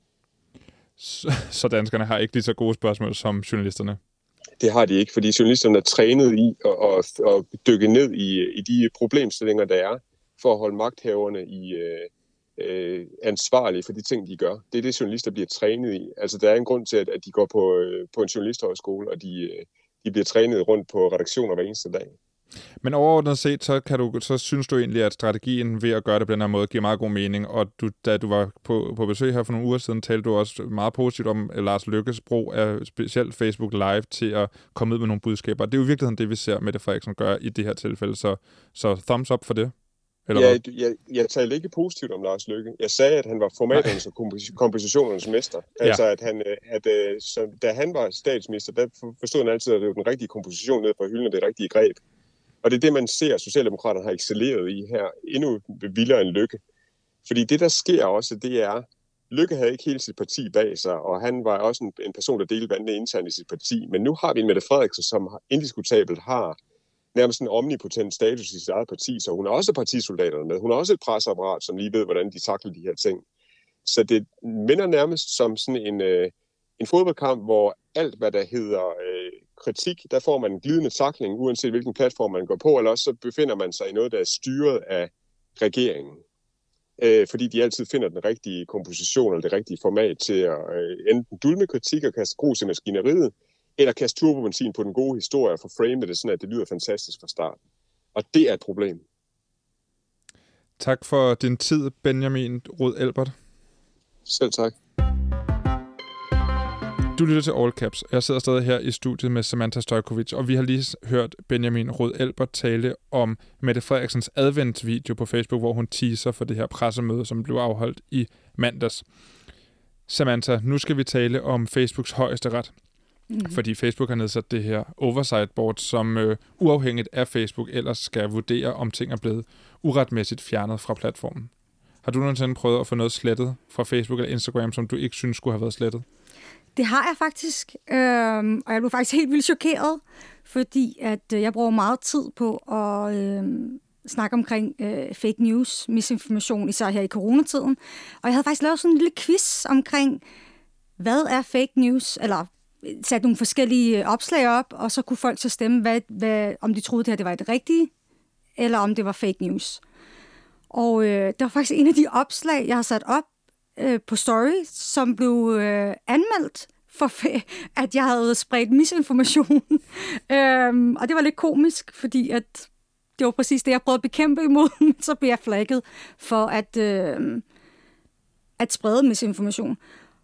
Så danskerne har ikke lige så gode spørgsmål som journalisterne? Det har de ikke, fordi journalisterne er trænet i at dykke ned i de problemstillinger, der er, for at holde magthaverne ansvarlige for de ting, de gør. Det er det, journalister bliver trænet i. Altså, der er en grund til, at de går på en journalisthøjskole, og de bliver trænet rundt på redaktioner hver eneste dag. Men overordnet set, så synes du egentlig, at strategien ved at gøre det på den her måde giver meget god mening, og da du var på besøg her for nogle uger siden, talte du også meget positivt om Lars Løkkes brug af specielt Facebook Live til at komme ud med nogle budskaber. Det er jo i virkeligheden det, vi ser Mette Frederiksen gøre i det her tilfælde, så thumbs up for det. Jeg talte ikke positivt om Lars Løkke. Jeg sagde, at han var formaternes og kompositionernes mester. Altså, da han var statsminister, der forstod han altid, at det var den rigtige komposition ned fra hylden og det rigtige greb. Og det er det, man ser, at Socialdemokraterne har excelleret i her, endnu vildere end Løkke. Fordi det, der sker også, det er, Løkke havde ikke hele sit parti bag sig, og han var også en person, der delte vandene internt i sit parti. Men nu har vi en Mette Frederiksen, som indiskutabelt har nærmest en omnipotent status i sit eget parti, så hun har også partisoldaterne med. Hun har også et presseapparat, som lige ved, hvordan de takler de her ting. Så det minder nærmest som sådan en fodboldkamp, hvor alt, hvad der hedder kritik, der får man en glidende takling, uanset hvilken platform man går på, eller også så befinder man sig i noget, der er styret af regeringen. Fordi de altid finder den rigtige komposition eller det rigtige format til at enten dulme kritik og kaste grus i maskineriet, eller kaste turbobenzin på den gode historie og få framet det sådan, at det lyder fantastisk fra start. Og det er et problem. Tak for din tid, Benjamin Rod Elbert. Selv tak. Du lytter til All Caps. Jeg sidder stadig her i studiet med Samantha Stojkovic, og vi har lige hørt Benjamin Rod Elbert tale om Mette Frederiksens adventsvideo på Facebook, hvor hun teaser for det her pressemøde, som blev afholdt i mandags. Samantha, nu skal vi tale om Facebooks højesteret. Fordi Facebook har nedsat det her oversight board, som uafhængigt af Facebook ellers skal vurdere, om ting er blevet uretmæssigt fjernet fra platformen. Har du nogensinde prøvet at få noget slettet fra Facebook eller Instagram, som du ikke synes skulle have været slettet? Det har jeg faktisk, og jeg blev faktisk helt vildt chokeret, fordi at jeg bruger meget tid på at snakke omkring fake news, misinformation, især her i coronatiden. Og jeg havde faktisk lavet sådan en lille quiz omkring, hvad er fake news, eller sat nogle forskellige opslag op, og så kunne folk så stemme, om de troede, det var det rigtige, eller om det var fake news. Og det var faktisk en af de opslag, jeg har sat op på Story, som blev anmeldt for, at jeg havde spredt misinformation. Og det var lidt komisk, fordi at det var præcis det, jeg prøvede at bekæmpe imod, så blev jeg flagget for at sprede misinformation.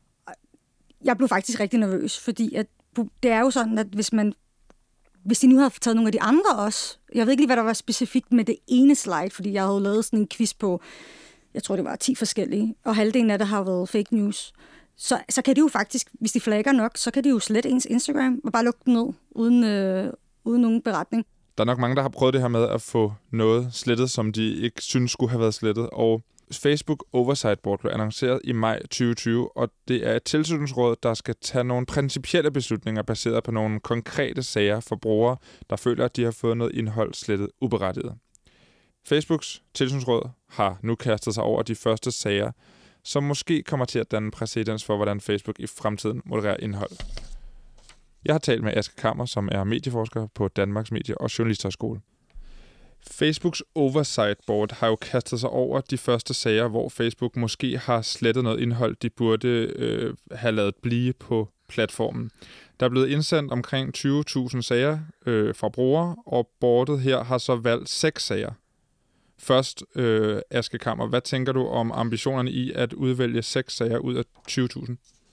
Jeg blev faktisk rigtig nervøs, fordi at det er jo sådan, at hvis de nu havde taget nogle af de andre også, jeg ved ikke lige, hvad der var specifikt med det ene slide, fordi jeg havde lavet sådan en quiz på, jeg tror, det var 10 forskellige, og halvdelen af det har været fake news. Så kan de jo faktisk, hvis de flagger nok, så kan de jo slette ens Instagram og bare lukke den ned, uden nogen beretning. Der er nok mange, der har prøvet det her med at få noget slettet, som de ikke synes skulle have været slettet, og Facebook Oversight Board blev annonceret i maj 2020, og det er et tilsynsråd, der skal tage nogle principielle beslutninger baseret på nogle konkrete sager for brugere, der føler, at de har fået noget indhold slettet uberettiget. Facebooks tilsynsråd har nu kastet sig over de første sager, som måske kommer til at danne præcedens for, hvordan Facebook i fremtiden modererer indhold. Jeg har talt med Aske Kammer, som er medieforsker på Danmarks Medie- og Journalisthøjskole. Facebooks Oversight Board har jo kastet sig over de første sager, hvor Facebook måske har slettet noget indhold, de burde have ladet blive på platformen. Der er blevet indsendt omkring 20.000 sager fra brugere, og boardet her har så valgt 6 sager. Først, Aske Kammer, hvad tænker du om ambitionerne i at udvælge 6 sager ud af 20.000?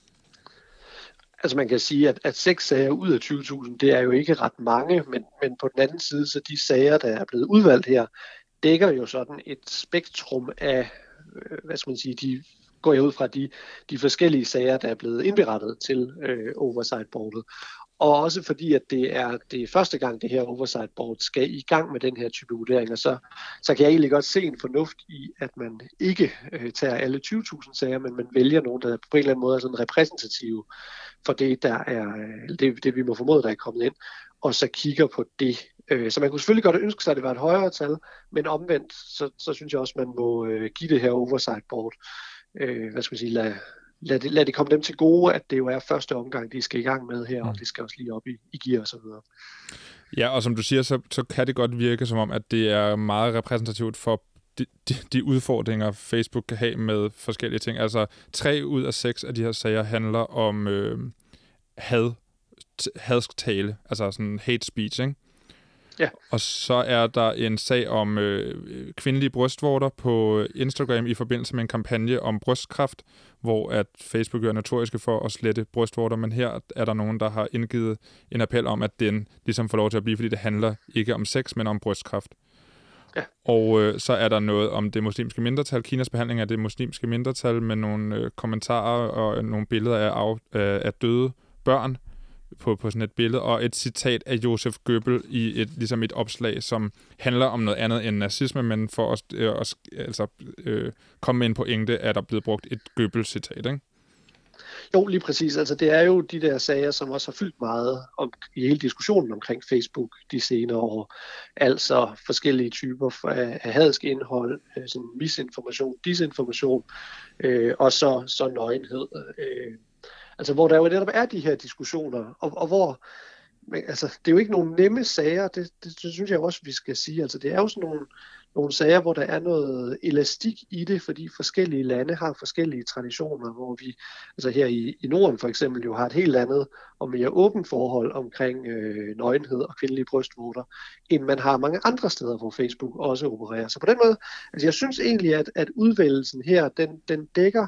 Altså man kan sige, at 6 sager ud af 20.000, det er jo ikke ret mange, men på den anden side, så de sager, der er blevet udvalgt her, dækker jo sådan et spektrum af, hvad skal man sige, de går jeg ud fra de forskellige sager, der er blevet indberettet til Oversight Boardet. Og også fordi, at det er første gang, det her Oversight Board skal i gang med den her type vurderinger, så kan jeg egentlig godt se en fornuft i, at man ikke tager alle 20.000 sager, men man vælger nogle, der på en eller anden måde er sådan repræsentative for det, der er det vi må formode, der er kommet ind, og så kigger på det. Så man kunne selvfølgelig godt ønske sig, at det var et højere tal, men omvendt, så synes jeg også, man må give det her Oversight Board, hvad skal man sige, lad det komme dem til gode, at det jo er første omgang, de skal i gang med her, og det skal også lige op i gear og så videre. Ja, og som du siger, så kan det godt virke som om, at det er meget repræsentativt for de udfordringer, Facebook kan have med forskellige ting. Altså 3 ud af 6 af de her sager handler om hadsk tale, altså sådan hate speech, ikke? Ja. Og så er der en sag om kvindelige brystvorter på Instagram i forbindelse med en kampagne om brystkræft, hvor at Facebook er notoriske for at slette brystvorter, men her er der nogen, der har indgivet en appel om, at den ligesom får lov til at blive, fordi det handler ikke om sex, men om brystkræft. Ja. Og så er der noget om det muslimske mindretal, Kinas behandling af det muslimske mindretal, med nogle kommentarer og nogle billeder af døde børn på sådan et billede, og et citat af Josef Goebbels i ligesom et opslag, som handler om noget andet end nazisme, men for at komme med en pointe, er der blevet brugt et Goebbels-citat, ikke? Jo, lige præcis. Altså, det er jo de der sager, som også har fyldt meget i hele diskussionen omkring Facebook de senere år. Altså forskellige typer af hadsk indhold, sådan misinformation, disinformation, og så nøgenhed. Altså, hvor der jo netop er de her diskussioner, og hvor, altså, det er jo ikke nogen nemme sager, det synes jeg også, vi skal sige. Altså, det er jo sådan nogle sager, hvor der er noget elastik i det, fordi forskellige lande har forskellige traditioner, hvor vi, altså her i Norden for eksempel, jo har et helt andet og mere åbent forhold omkring nøgenhed og kvindelige brystvorter, end man har mange andre steder, hvor Facebook også opererer. Så på den måde, altså jeg synes egentlig, at udvælgelsen her, den dækker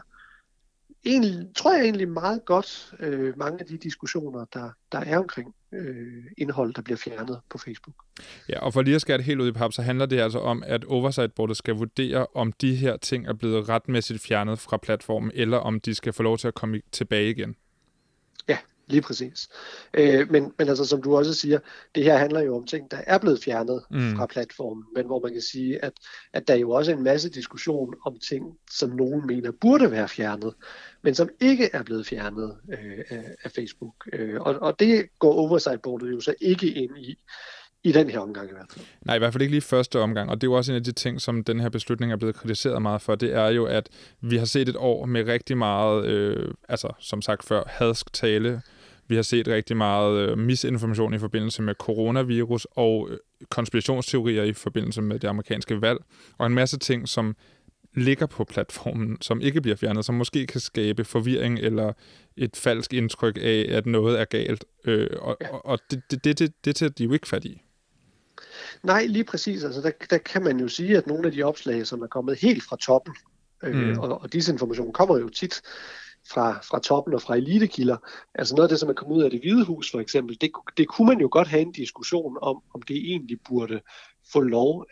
tror jeg egentlig meget godt mange af de diskussioner, der er omkring indhold, der bliver fjernet på Facebook. Ja, og for lige at skære det helt ud i pap, så handler det altså om, at Oversight-boardet skal vurdere, om de her ting er blevet retmæssigt fjernet fra platformen, eller om de skal få lov til at komme tilbage igen. Ja, lige præcis. Men altså, som du også siger, det her handler jo om ting, der er blevet fjernet fra platformen, men hvor man kan sige, at der er jo også en masse diskussion om ting, som nogen mener burde være fjernet, men som ikke er blevet fjernet af Facebook. Og det går Oversight-boardet jo så ikke ind i den her omgang i hvert fald. Nej, i hvert fald ikke lige første omgang, og det er jo også en af de ting, som den her beslutning er blevet kritiseret meget for, det er jo, at vi har set et år med rigtig meget, som sagt før, hadsk tale. Vi har set rigtig meget misinformation i forbindelse med coronavirus og konspirationsteorier i forbindelse med det amerikanske valg, og en masse ting, som ligger på platformen, som ikke bliver fjernet, som måske kan skabe forvirring eller et falsk indtryk af, at noget er galt. Og det tager de jo ikke fat i. Nej, lige præcis. Altså, der kan man jo sige, at nogle af de opslag, som er kommet helt fra toppen, og disinformation kommer jo tit fra toppen og fra elitekilder. Altså noget af det, som er kommet ud af Det Hvide Hus for eksempel, det kunne man jo godt have en diskussion om det egentlig burde få lov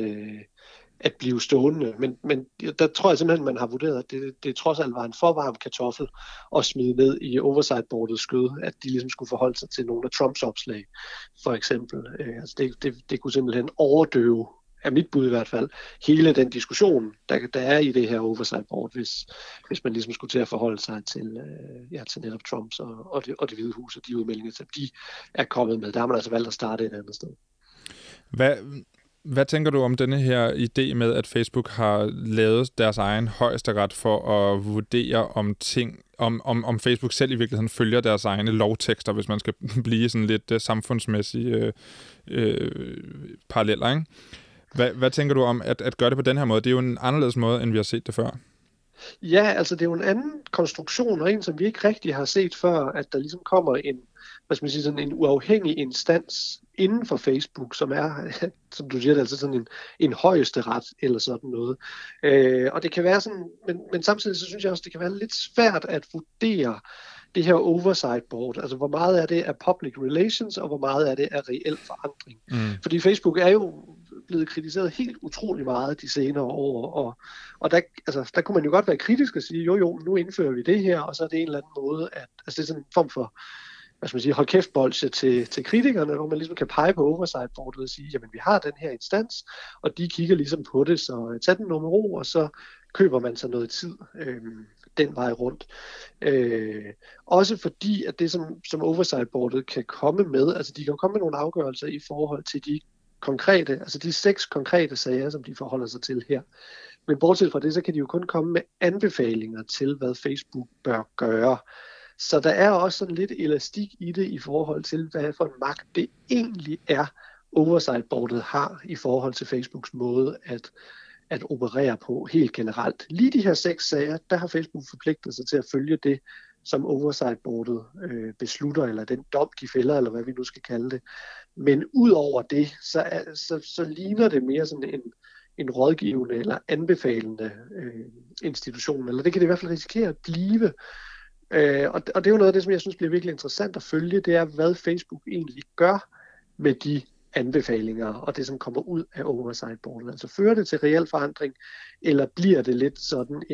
at blive stående. Men der tror jeg simpelthen, man har vurderet, at det trods alt var en for varm kartoffel at smide ned i Oversight-boardets skød, at de ligesom skulle forholde sig til nogle af Trumps opslag, for eksempel. Altså det kunne simpelthen overdøve, af mit bud i hvert fald, hele den diskussion, der er i det her Oversight-board, hvis man ligesom skulle til at forholde sig til netop Trumps og det Hvide Hus og de udmeldinger, som de er kommet med. Der har man altså valgt at starte et andet sted. Hvad tænker du om denne her idé med, at Facebook har lavet deres egen højesteret for at vurdere om ting, om Facebook selv i virkeligheden følger deres egne lovtekster, hvis man skal blive sådan lidt samfundsmæssige paralleller, ikke? Hvad tænker du om at gøre det på den her måde? Det er jo en anderledes måde, end vi har set det før. Ja, altså det er jo en anden konstruktion, og en, som vi ikke rigtig har set før, at der ligesom kommer en uafhængig instans inden for Facebook, som er, som du siger, altså sådan en højesteret eller sådan noget. Og det kan være sådan, men samtidig så synes jeg også, det kan være lidt svært at vurdere det her oversight board, altså hvor meget af det er public relations, og hvor meget af det er reel forandring. Fordi Facebook er jo blevet kritiseret helt utrolig meget de senere år, og der kunne man jo godt være kritisk og sige, jo, nu indfører vi det her, og så er det en eller anden måde, at altså det er sådan en form for, hvad skal man sige, hold kæft bolsje til kritikerne, hvor man ligesom kan pege på oversight-boardet og sige, jamen vi har den her instans, og de kigger ligesom på det, så tag den nummer ro, og så køber man sig noget tid den vej rundt. Også fordi, at det som oversight-boardet kan komme med, altså de kan komme med nogle afgørelser i forhold til de konkrete, altså de 6 konkrete sager, som de forholder sig til her. Men bortset fra det, så kan de jo kun komme med anbefalinger til, hvad Facebook bør gøre. Så der er også sådan lidt elastik i det i forhold til, hvad for en magt det egentlig er, oversight-boardet har i forhold til Facebooks måde at operere på helt generelt. Lige de her 6 sager, der har Facebook forpligtet sig til at følge det, som oversight-boardet beslutter, eller den dom, de fælder, eller hvad vi nu skal kalde det. Men ud over det, så ligner det mere sådan en rådgivende eller anbefalende institution, eller det kan det i hvert fald risikere at blive. Og det er jo noget af det, som jeg synes bliver virkelig interessant at følge, det er, hvad Facebook egentlig gør med de anbefalinger og det, som kommer ud af oversight-boardet. Altså fører det til reel forandring, eller bliver det lidt sådan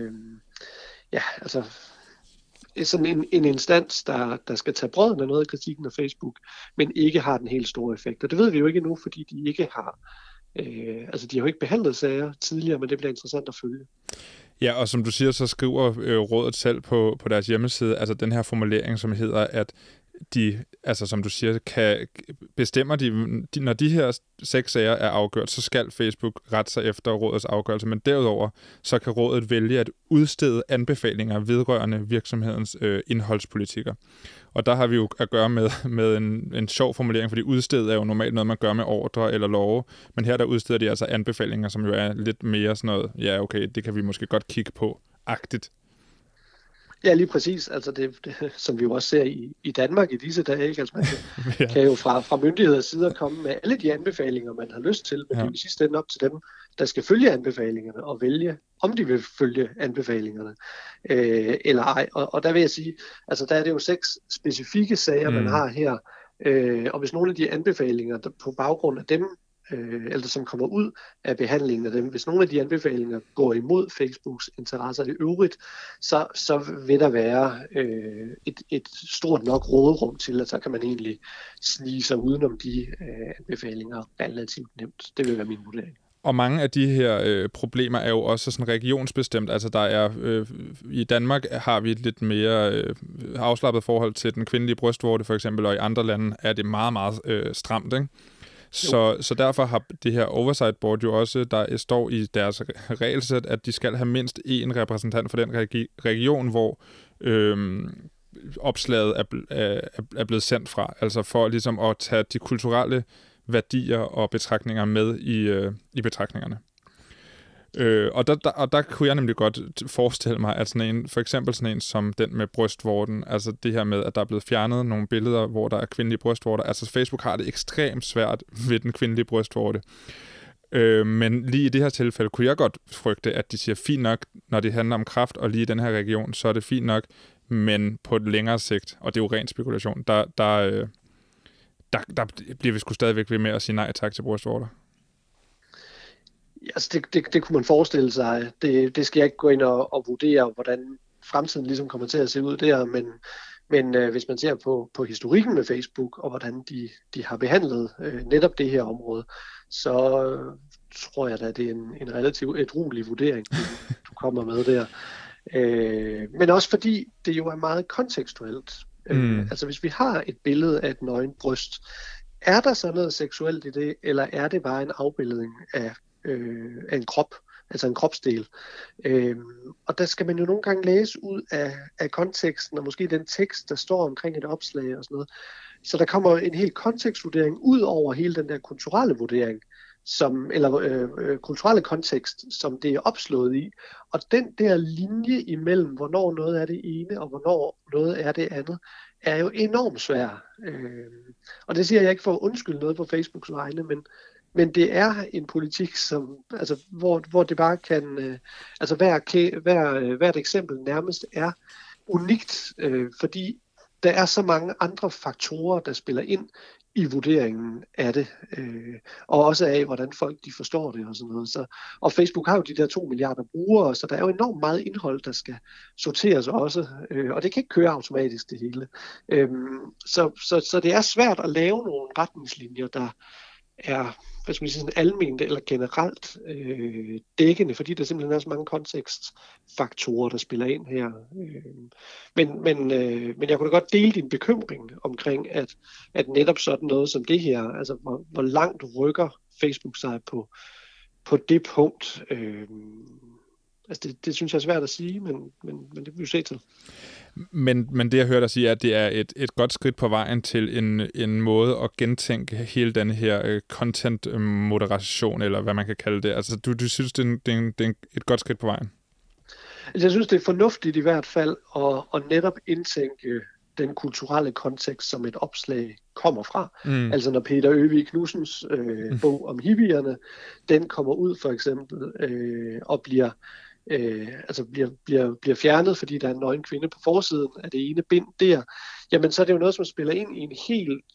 sådan en instans, der skal tage brøden af noget af kritikken af Facebook, men ikke har den helt store effekt. Og det ved vi jo ikke endnu, fordi de ikke har de har jo ikke behandlet sager tidligere, men det bliver interessant at følge. Ja, og som du siger, så skriver rådet selv på deres hjemmeside, altså den her formulering, som hedder, at de, altså som du siger, bestemmer når de her 6 sager er afgjort, så skal Facebook rette sig efter rådets afgørelse, men derudover så kan rådet vælge at udstede anbefalinger vedrørende virksomhedens indholdspolitikker. Og der har vi jo at gøre med en sjov formulering, fordi udstedet er jo normalt noget, man gør med ordre eller love, men her der udsteder de altså anbefalinger, som jo er lidt mere sådan noget, ja okay, det kan vi måske godt kigge på, agtigt. Ja, lige præcis. Altså det, som vi jo også ser i Danmark i disse dage, ikke? Altså man kan jo fra myndigheders side komme med alle de anbefalinger, man har lyst til, men det er jo i sidste ende op til dem, der skal følge anbefalingerne og vælge, om de vil følge anbefalingerne eller ej. Og der vil jeg sige, altså der er det jo 6 specifikke sager, man har her, og hvis nogle af de anbefalinger der på baggrund af dem, eller som kommer ud af behandlingen af dem, hvis nogle af de anbefalinger går imod Facebooks interesser i øvrigt, så vil der være et stort nok råderum til, at så kan man egentlig snige sig udenom de anbefalinger relativt nemt. Det vil være min vurdering. Og mange af de her problemer er jo også sådan regionsbestemt. Altså der er i Danmark har vi et lidt mere afslappet forhold til den kvindelige brystvorte for eksempel, og i andre lande er det meget, meget stramt, ikke? Så derfor har det her Oversight Board jo også, der står i deres regelsæt, at de skal have mindst én repræsentant for den region, hvor opslaget er blevet sendt fra. Altså for ligesom at tage de kulturelle værdier og betragtninger med i betragtningerne. Og der kunne jeg nemlig godt forestille mig, at for eksempel sådan en som den med brystvorten, altså det her med, at der er blevet fjernet nogle billeder, hvor der er kvindelige brystvorter. Altså Facebook har det ekstremt svært ved den kvindelige brystvorte. Men lige i det her tilfælde kunne jeg godt frygte, at de siger, fint nok, når det handler om kræft, og lige i den her region, så er det fint nok, men på et længere sigt, og det er jo ren spekulation, der bliver vi sgu stadigvæk ved med at sige nej tak til brystvorter. Altså det kunne man forestille sig. Det skal jeg ikke gå ind og vurdere, hvordan fremtiden ligesom kommer til at se ud der, men hvis man ser på historikken med Facebook, og hvordan de har behandlet netop det her område, så tror jeg da, det er en relativt ædruelig vurdering, du kommer med der. Men også fordi det jo er meget kontekstuelt. Altså hvis vi har et billede af et nøgent bryst, er der så noget seksuelt i det, eller er det bare en afbildning af en krop, altså en kropsdel. Og der skal man jo nogle gange læse ud af konteksten, og måske den tekst, der står omkring et opslag og sådan noget. Så der kommer en hel kontekstvurdering ud over hele den der kulturelle vurdering, kulturelle kontekst, som det er opslået i. Og den der linje imellem, hvornår noget er det ene, og hvornår noget er det andet, er jo enormt svær. Og det siger jeg ikke for at undskylde noget på Facebooks vegne, men det er en politik, som, altså, hvor det bare kan, altså hvert eksempel nærmest er unikt, fordi der er så mange andre faktorer, der spiller ind i vurderingen af det, og også af, hvordan folk de forstår det og sådan noget. Og Facebook har jo de der 2 milliarder brugere, så der er jo enormt meget indhold, der skal sorteres også, og det kan ikke køre automatisk det hele. Så det er svært at lave nogle retningslinjer, der er sådan alment eller generelt dækkende, fordi der simpelthen er så mange kontekstfaktorer, der spiller ind her. Men jeg kunne da godt dele din bekymring omkring, at netop sådan noget som det her, altså hvor langt rykker Facebook sig på det punkt. Altså det synes jeg er svært at sige, men det vil vi jo se til. Men det, jeg hørte dig sige, er, at det er et godt skridt på vejen til en måde at gentænke hele den her content-moderation, eller hvad man kan kalde det. Altså, du synes, det er et godt skridt på vejen? Altså, jeg synes, det er fornuftigt i hvert fald at netop indtænke den kulturelle kontekst, som et opslag kommer fra. Altså når Peter Øvig Knudsens bog om hippierne, den kommer ud for eksempel og bliver fjernet, fordi der er en nøgen kvinde på forsiden af det ene bind der, jamen så er det jo noget, som spiller ind i en helt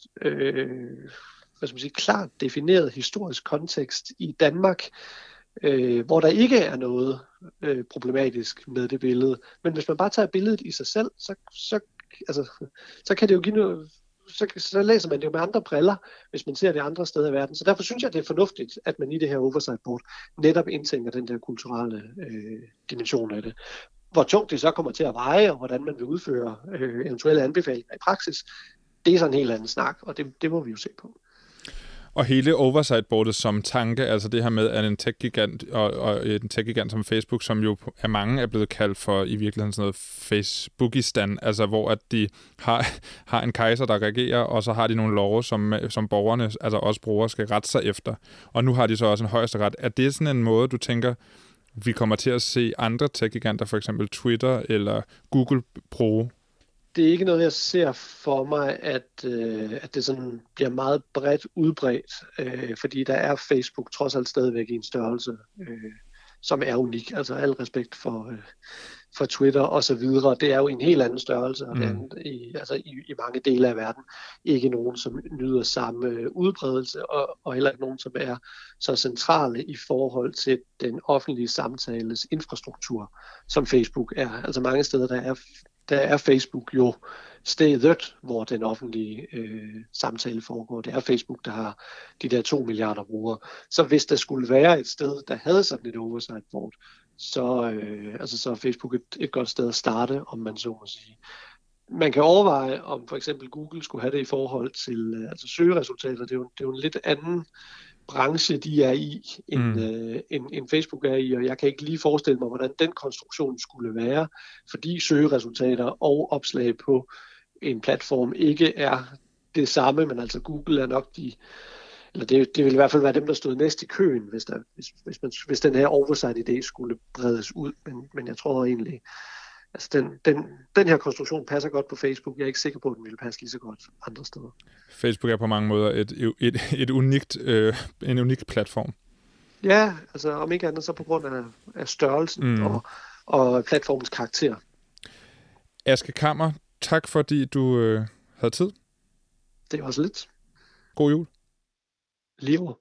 klart defineret historisk kontekst i Danmark, hvor der ikke er noget problematisk med det billede. Men hvis man bare tager billedet i sig selv, så kan det jo give noget, så læser man det jo med andre briller, hvis man ser det andre steder i verden. Så derfor synes jeg, det er fornuftigt, at man i det her oversight board netop indtænker den der kulturelle dimension af det. Hvor tungt det så kommer til at veje, og hvordan man vil udføre eventuelle anbefalinger i praksis, det er sådan en helt anden snak, og det må vi jo se på. Og hele oversight-boardet som tanke, altså det her med, at en tech-gigant og en tech-gigant som Facebook, som jo af mange er blevet kaldt for i virkeligheden sådan noget Facebookistan, altså hvor at de har en kejser, der regerer, og så har de nogle love, som borgerne, altså os brugere, skal rette sig efter. Og nu har de så også en højesteret. Er det sådan en måde, du tænker, vi kommer til at se andre tech-giganter, for eksempel Twitter eller Google bruge? Det er ikke noget, jeg ser for mig, at det sådan bliver meget bredt udbredt, fordi der er Facebook trods alt stadigvæk i en størrelse, som er unik. Altså al respekt for Twitter og så videre. Det er jo en helt anden størrelse, og i mange dele af verden. Ikke nogen, som nyder samme udbredelse, og heller ikke nogen, som er så centrale i forhold til den offentlige samtales infrastruktur, som Facebook er. Altså mange steder, der er Facebook jo stedet, hvor den offentlige samtale foregår. Det er Facebook, der har de der 2 milliarder brugere. Så hvis der skulle være et sted, der havde sådan et oversight board, så er Facebook et godt sted at starte, om man så må sige. Man kan overveje, om for eksempel Google skulle have det i forhold til søgeresultater. Det er jo en lidt anden branche, de er i, end Facebook er i, og jeg kan ikke lige forestille mig, hvordan den konstruktion skulle være, fordi søgeresultater og opslag på en platform ikke er det samme, men altså Google er nok det vil i hvert fald være dem, der stod næst i køen, hvis den her oversight-idé skulle bredes ud, men jeg tror egentlig, altså den her konstruktion passer godt på Facebook. Jeg er ikke sikker på, at den ville passe lige så godt andre steder. Facebook er på mange måder en unik platform. Ja, altså om ikke andet så på grund af størrelsen og platformens karakter. Aske Kammer, tak fordi du havde tid. Det var også lidt. God jul. Lige over.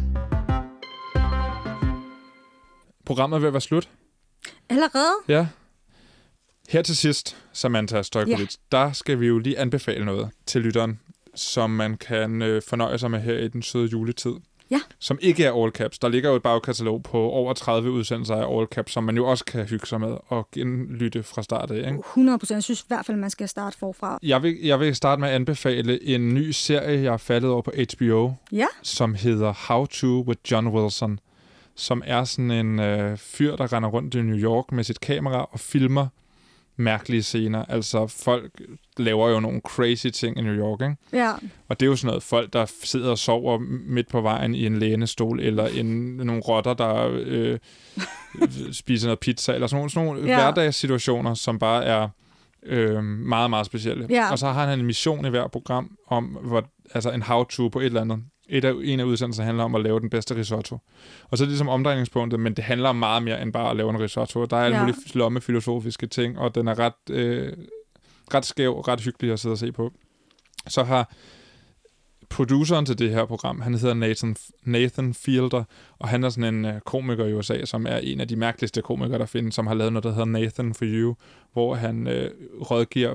Programmet er ved at være slut. Allerede? Ja. Her til sidst, Samantha Stojkovic, der skal vi jo lige anbefale noget til lytteren, som man kan fornøje sig med her i den søde juletid. Ja. Som ikke er All Caps. Der ligger jo et bagkatalog på over 30 udsendelser af All Caps, som man jo også kan hygge sig med og genlytte fra start af. Ikke? 100%. Jeg synes i hvert fald, man skal starte forfra. Jeg vil starte med at anbefale en ny serie, jeg er faldet over på HBO, som hedder How To with John Wilson, som er sådan en fyr, der render rundt i New York med sit kamera og filmer mærkelige scener. Altså, folk laver jo nogle crazy ting i New York, ikke? Ja. Og det er jo sådan noget, folk, der sidder og sover midt på vejen i en lænestol, eller nogle rotter, der spiser noget pizza, eller sådan nogle hverdagssituationer, som bare er meget, meget specielle. Ja. Og så har han en mission i hver program om, en how-to på et eller andet. En af udsendelserne handler om at lave den bedste risotto. Og så er det ligesom omdrejningspunktet, men det handler om meget mere end bare at lave en risotto. Der er alle mulige lommefilosofiske ting, og den er ret skæv og ret hyggelig at sidde og se på. Så har produceren til det her program, han hedder Nathan Fielder, og han er sådan en komiker i USA, som er en af de mærkeligste komikere, der findes, som har lavet noget, der hedder Nathan for You, hvor han rådgiver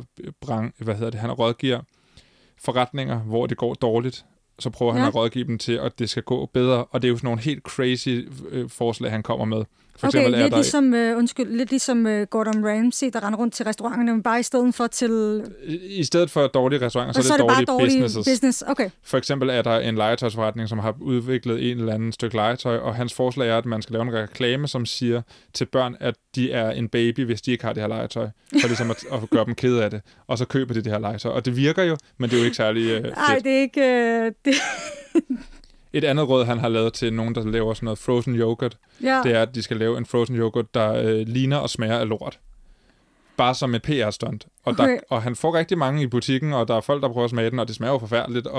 forretninger, hvor det går dårligt. Så prøver han at rådgive dem til, at det skal gå bedre. Og det er jo sådan nogle helt crazy forslag, han kommer med. For eksempel lidt ligesom Gordon Ramsay, der render rundt til restauranterne, men bare i stedet for til... I stedet for dårlige restauranter, så er det dårlige businesses. Okay. For eksempel er der en legetøjsforretning, som har udviklet en eller anden stykke legetøj, og hans forslag er, at man skal lave en reklame, som siger til børn, at de er en baby, hvis de ikke har det her legetøj. For ligesom at gøre dem kede af det. Og så køber de det her legetøj. Og det virker jo, men det er jo ikke særlig fedt. Nej, det er ikke... Et andet råd, han har lavet til nogen, der laver sådan noget frozen yoghurt, det er, at de skal lave en frozen yoghurt, der ligner og smager af lort. Bare som et PR-stunt. Og han får rigtig mange i butikken, og der er folk, der prøver at smage den, og det smager jo forfærdeligt.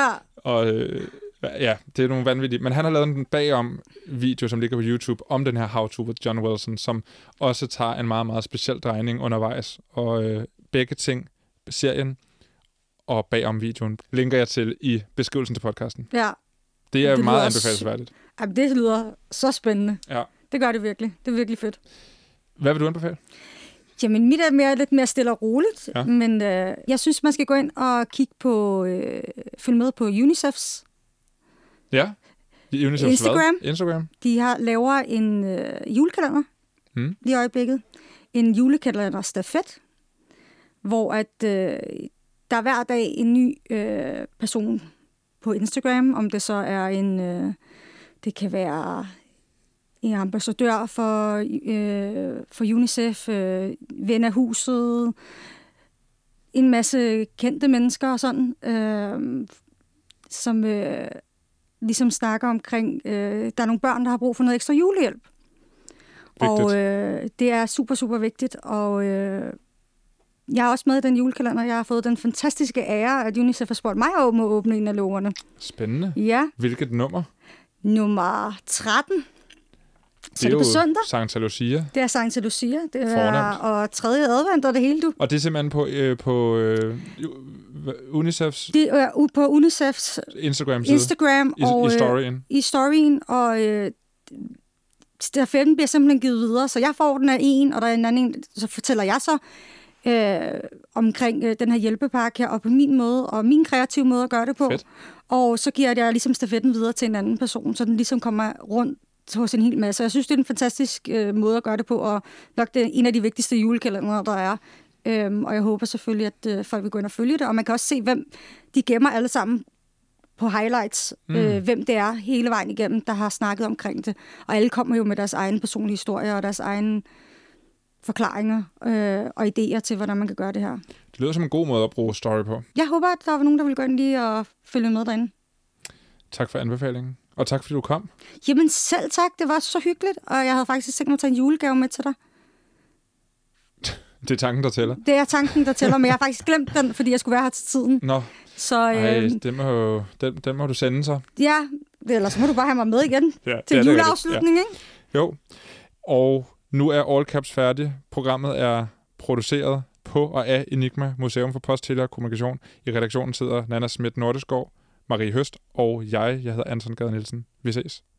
Ja, det er nogle vanvittige. Men han har lavet en bagom video, som ligger på YouTube, om den her How To with John Wilson, som også tager en meget, meget speciel drejning undervejs. Og begge ting, serien og bagom videoen, linker jeg til i beskrivelsen til podcasten. Ja. Det er meget anbefalesværdigt. Det lyder så spændende. Ja. Det gør det virkelig. Det er virkelig fedt. Hvad vil du anbefale? Jamen, mit er lidt mere stille og roligt, men jeg synes, man skal gå ind og kigge på, følge med på UNICEF's Instagram. De laver en julekalender lige i øjeblikket. En julekalender stafet, hvor at der hver dag en ny person på Instagram, om det så er en, det kan være en ambassadør for UNICEF, ven af huset, en masse kendte mennesker og sådan, som ligesom snakker omkring, der er nogle børn, der har brug for noget ekstra julehjælp. Vigtigt. Og det er super, super vigtigt, og jeg er også med i den julekalender. Jeg har fået den fantastiske ære, at UNICEF har spurgt mig om at åbne en af lågerne. Spændende. Ja. Hvilket nummer? Nummer 13. Så det er på søndag. Santa Lucia. Det er Santa Lucia. Det er og 3. advent og det hele, du. Og det er simpelthen på UNICEF's? Det er på UNICEF's Instagram og i storyen. I storyen, og stafetten bliver simpelthen givet videre. Så jeg får den af en, og der er en anden, så fortæller jeg så omkring den her hjælpepakke her, og på min måde, og min kreative måde at gøre det på. Fedt. Og så giver jeg ligesom stafetten videre til en anden person, så den ligesom kommer rundt hos en hel masse. Jeg synes, det er en fantastisk måde at gøre det på, og nok det er en af de vigtigste julekalendere, der er. Og jeg håber selvfølgelig, at folk vil gå ind og følge det. Og man kan også se, hvem de gemmer alle sammen på highlights, hvem det er hele vejen igennem, der har snakket omkring det. Og alle kommer jo med deres egen personlige historie og deres egen forklaringer og idéer til, hvordan man kan gøre det her. Det lyder som en god måde at bruge story på. Jeg håber, at der var nogen, der vil gå ind lige og følge med derinde. Tak for anbefalingen. Og tak, fordi du kom. Jamen selv tak. Det var så hyggeligt. Og jeg havde faktisk tænkt mig at tage en julegave med til dig. Det er tanken, der tæller? Det er tanken, der tæller, men jeg har faktisk glemt den, fordi jeg skulle være her til tiden. Nå. Så, den må du sende så. Ja, ellers må du bare have mig med igen til juleafslutning, ikke? Jo. Og nu er All Caps færdig. Programmet er produceret på og af Enigma, Museum for Post, Tele og Kommunikation. I redaktionen sidder Nana Schmidt Nordesgaard, Marie Høst og jeg hedder Anton Gade Nielsen. Vi ses.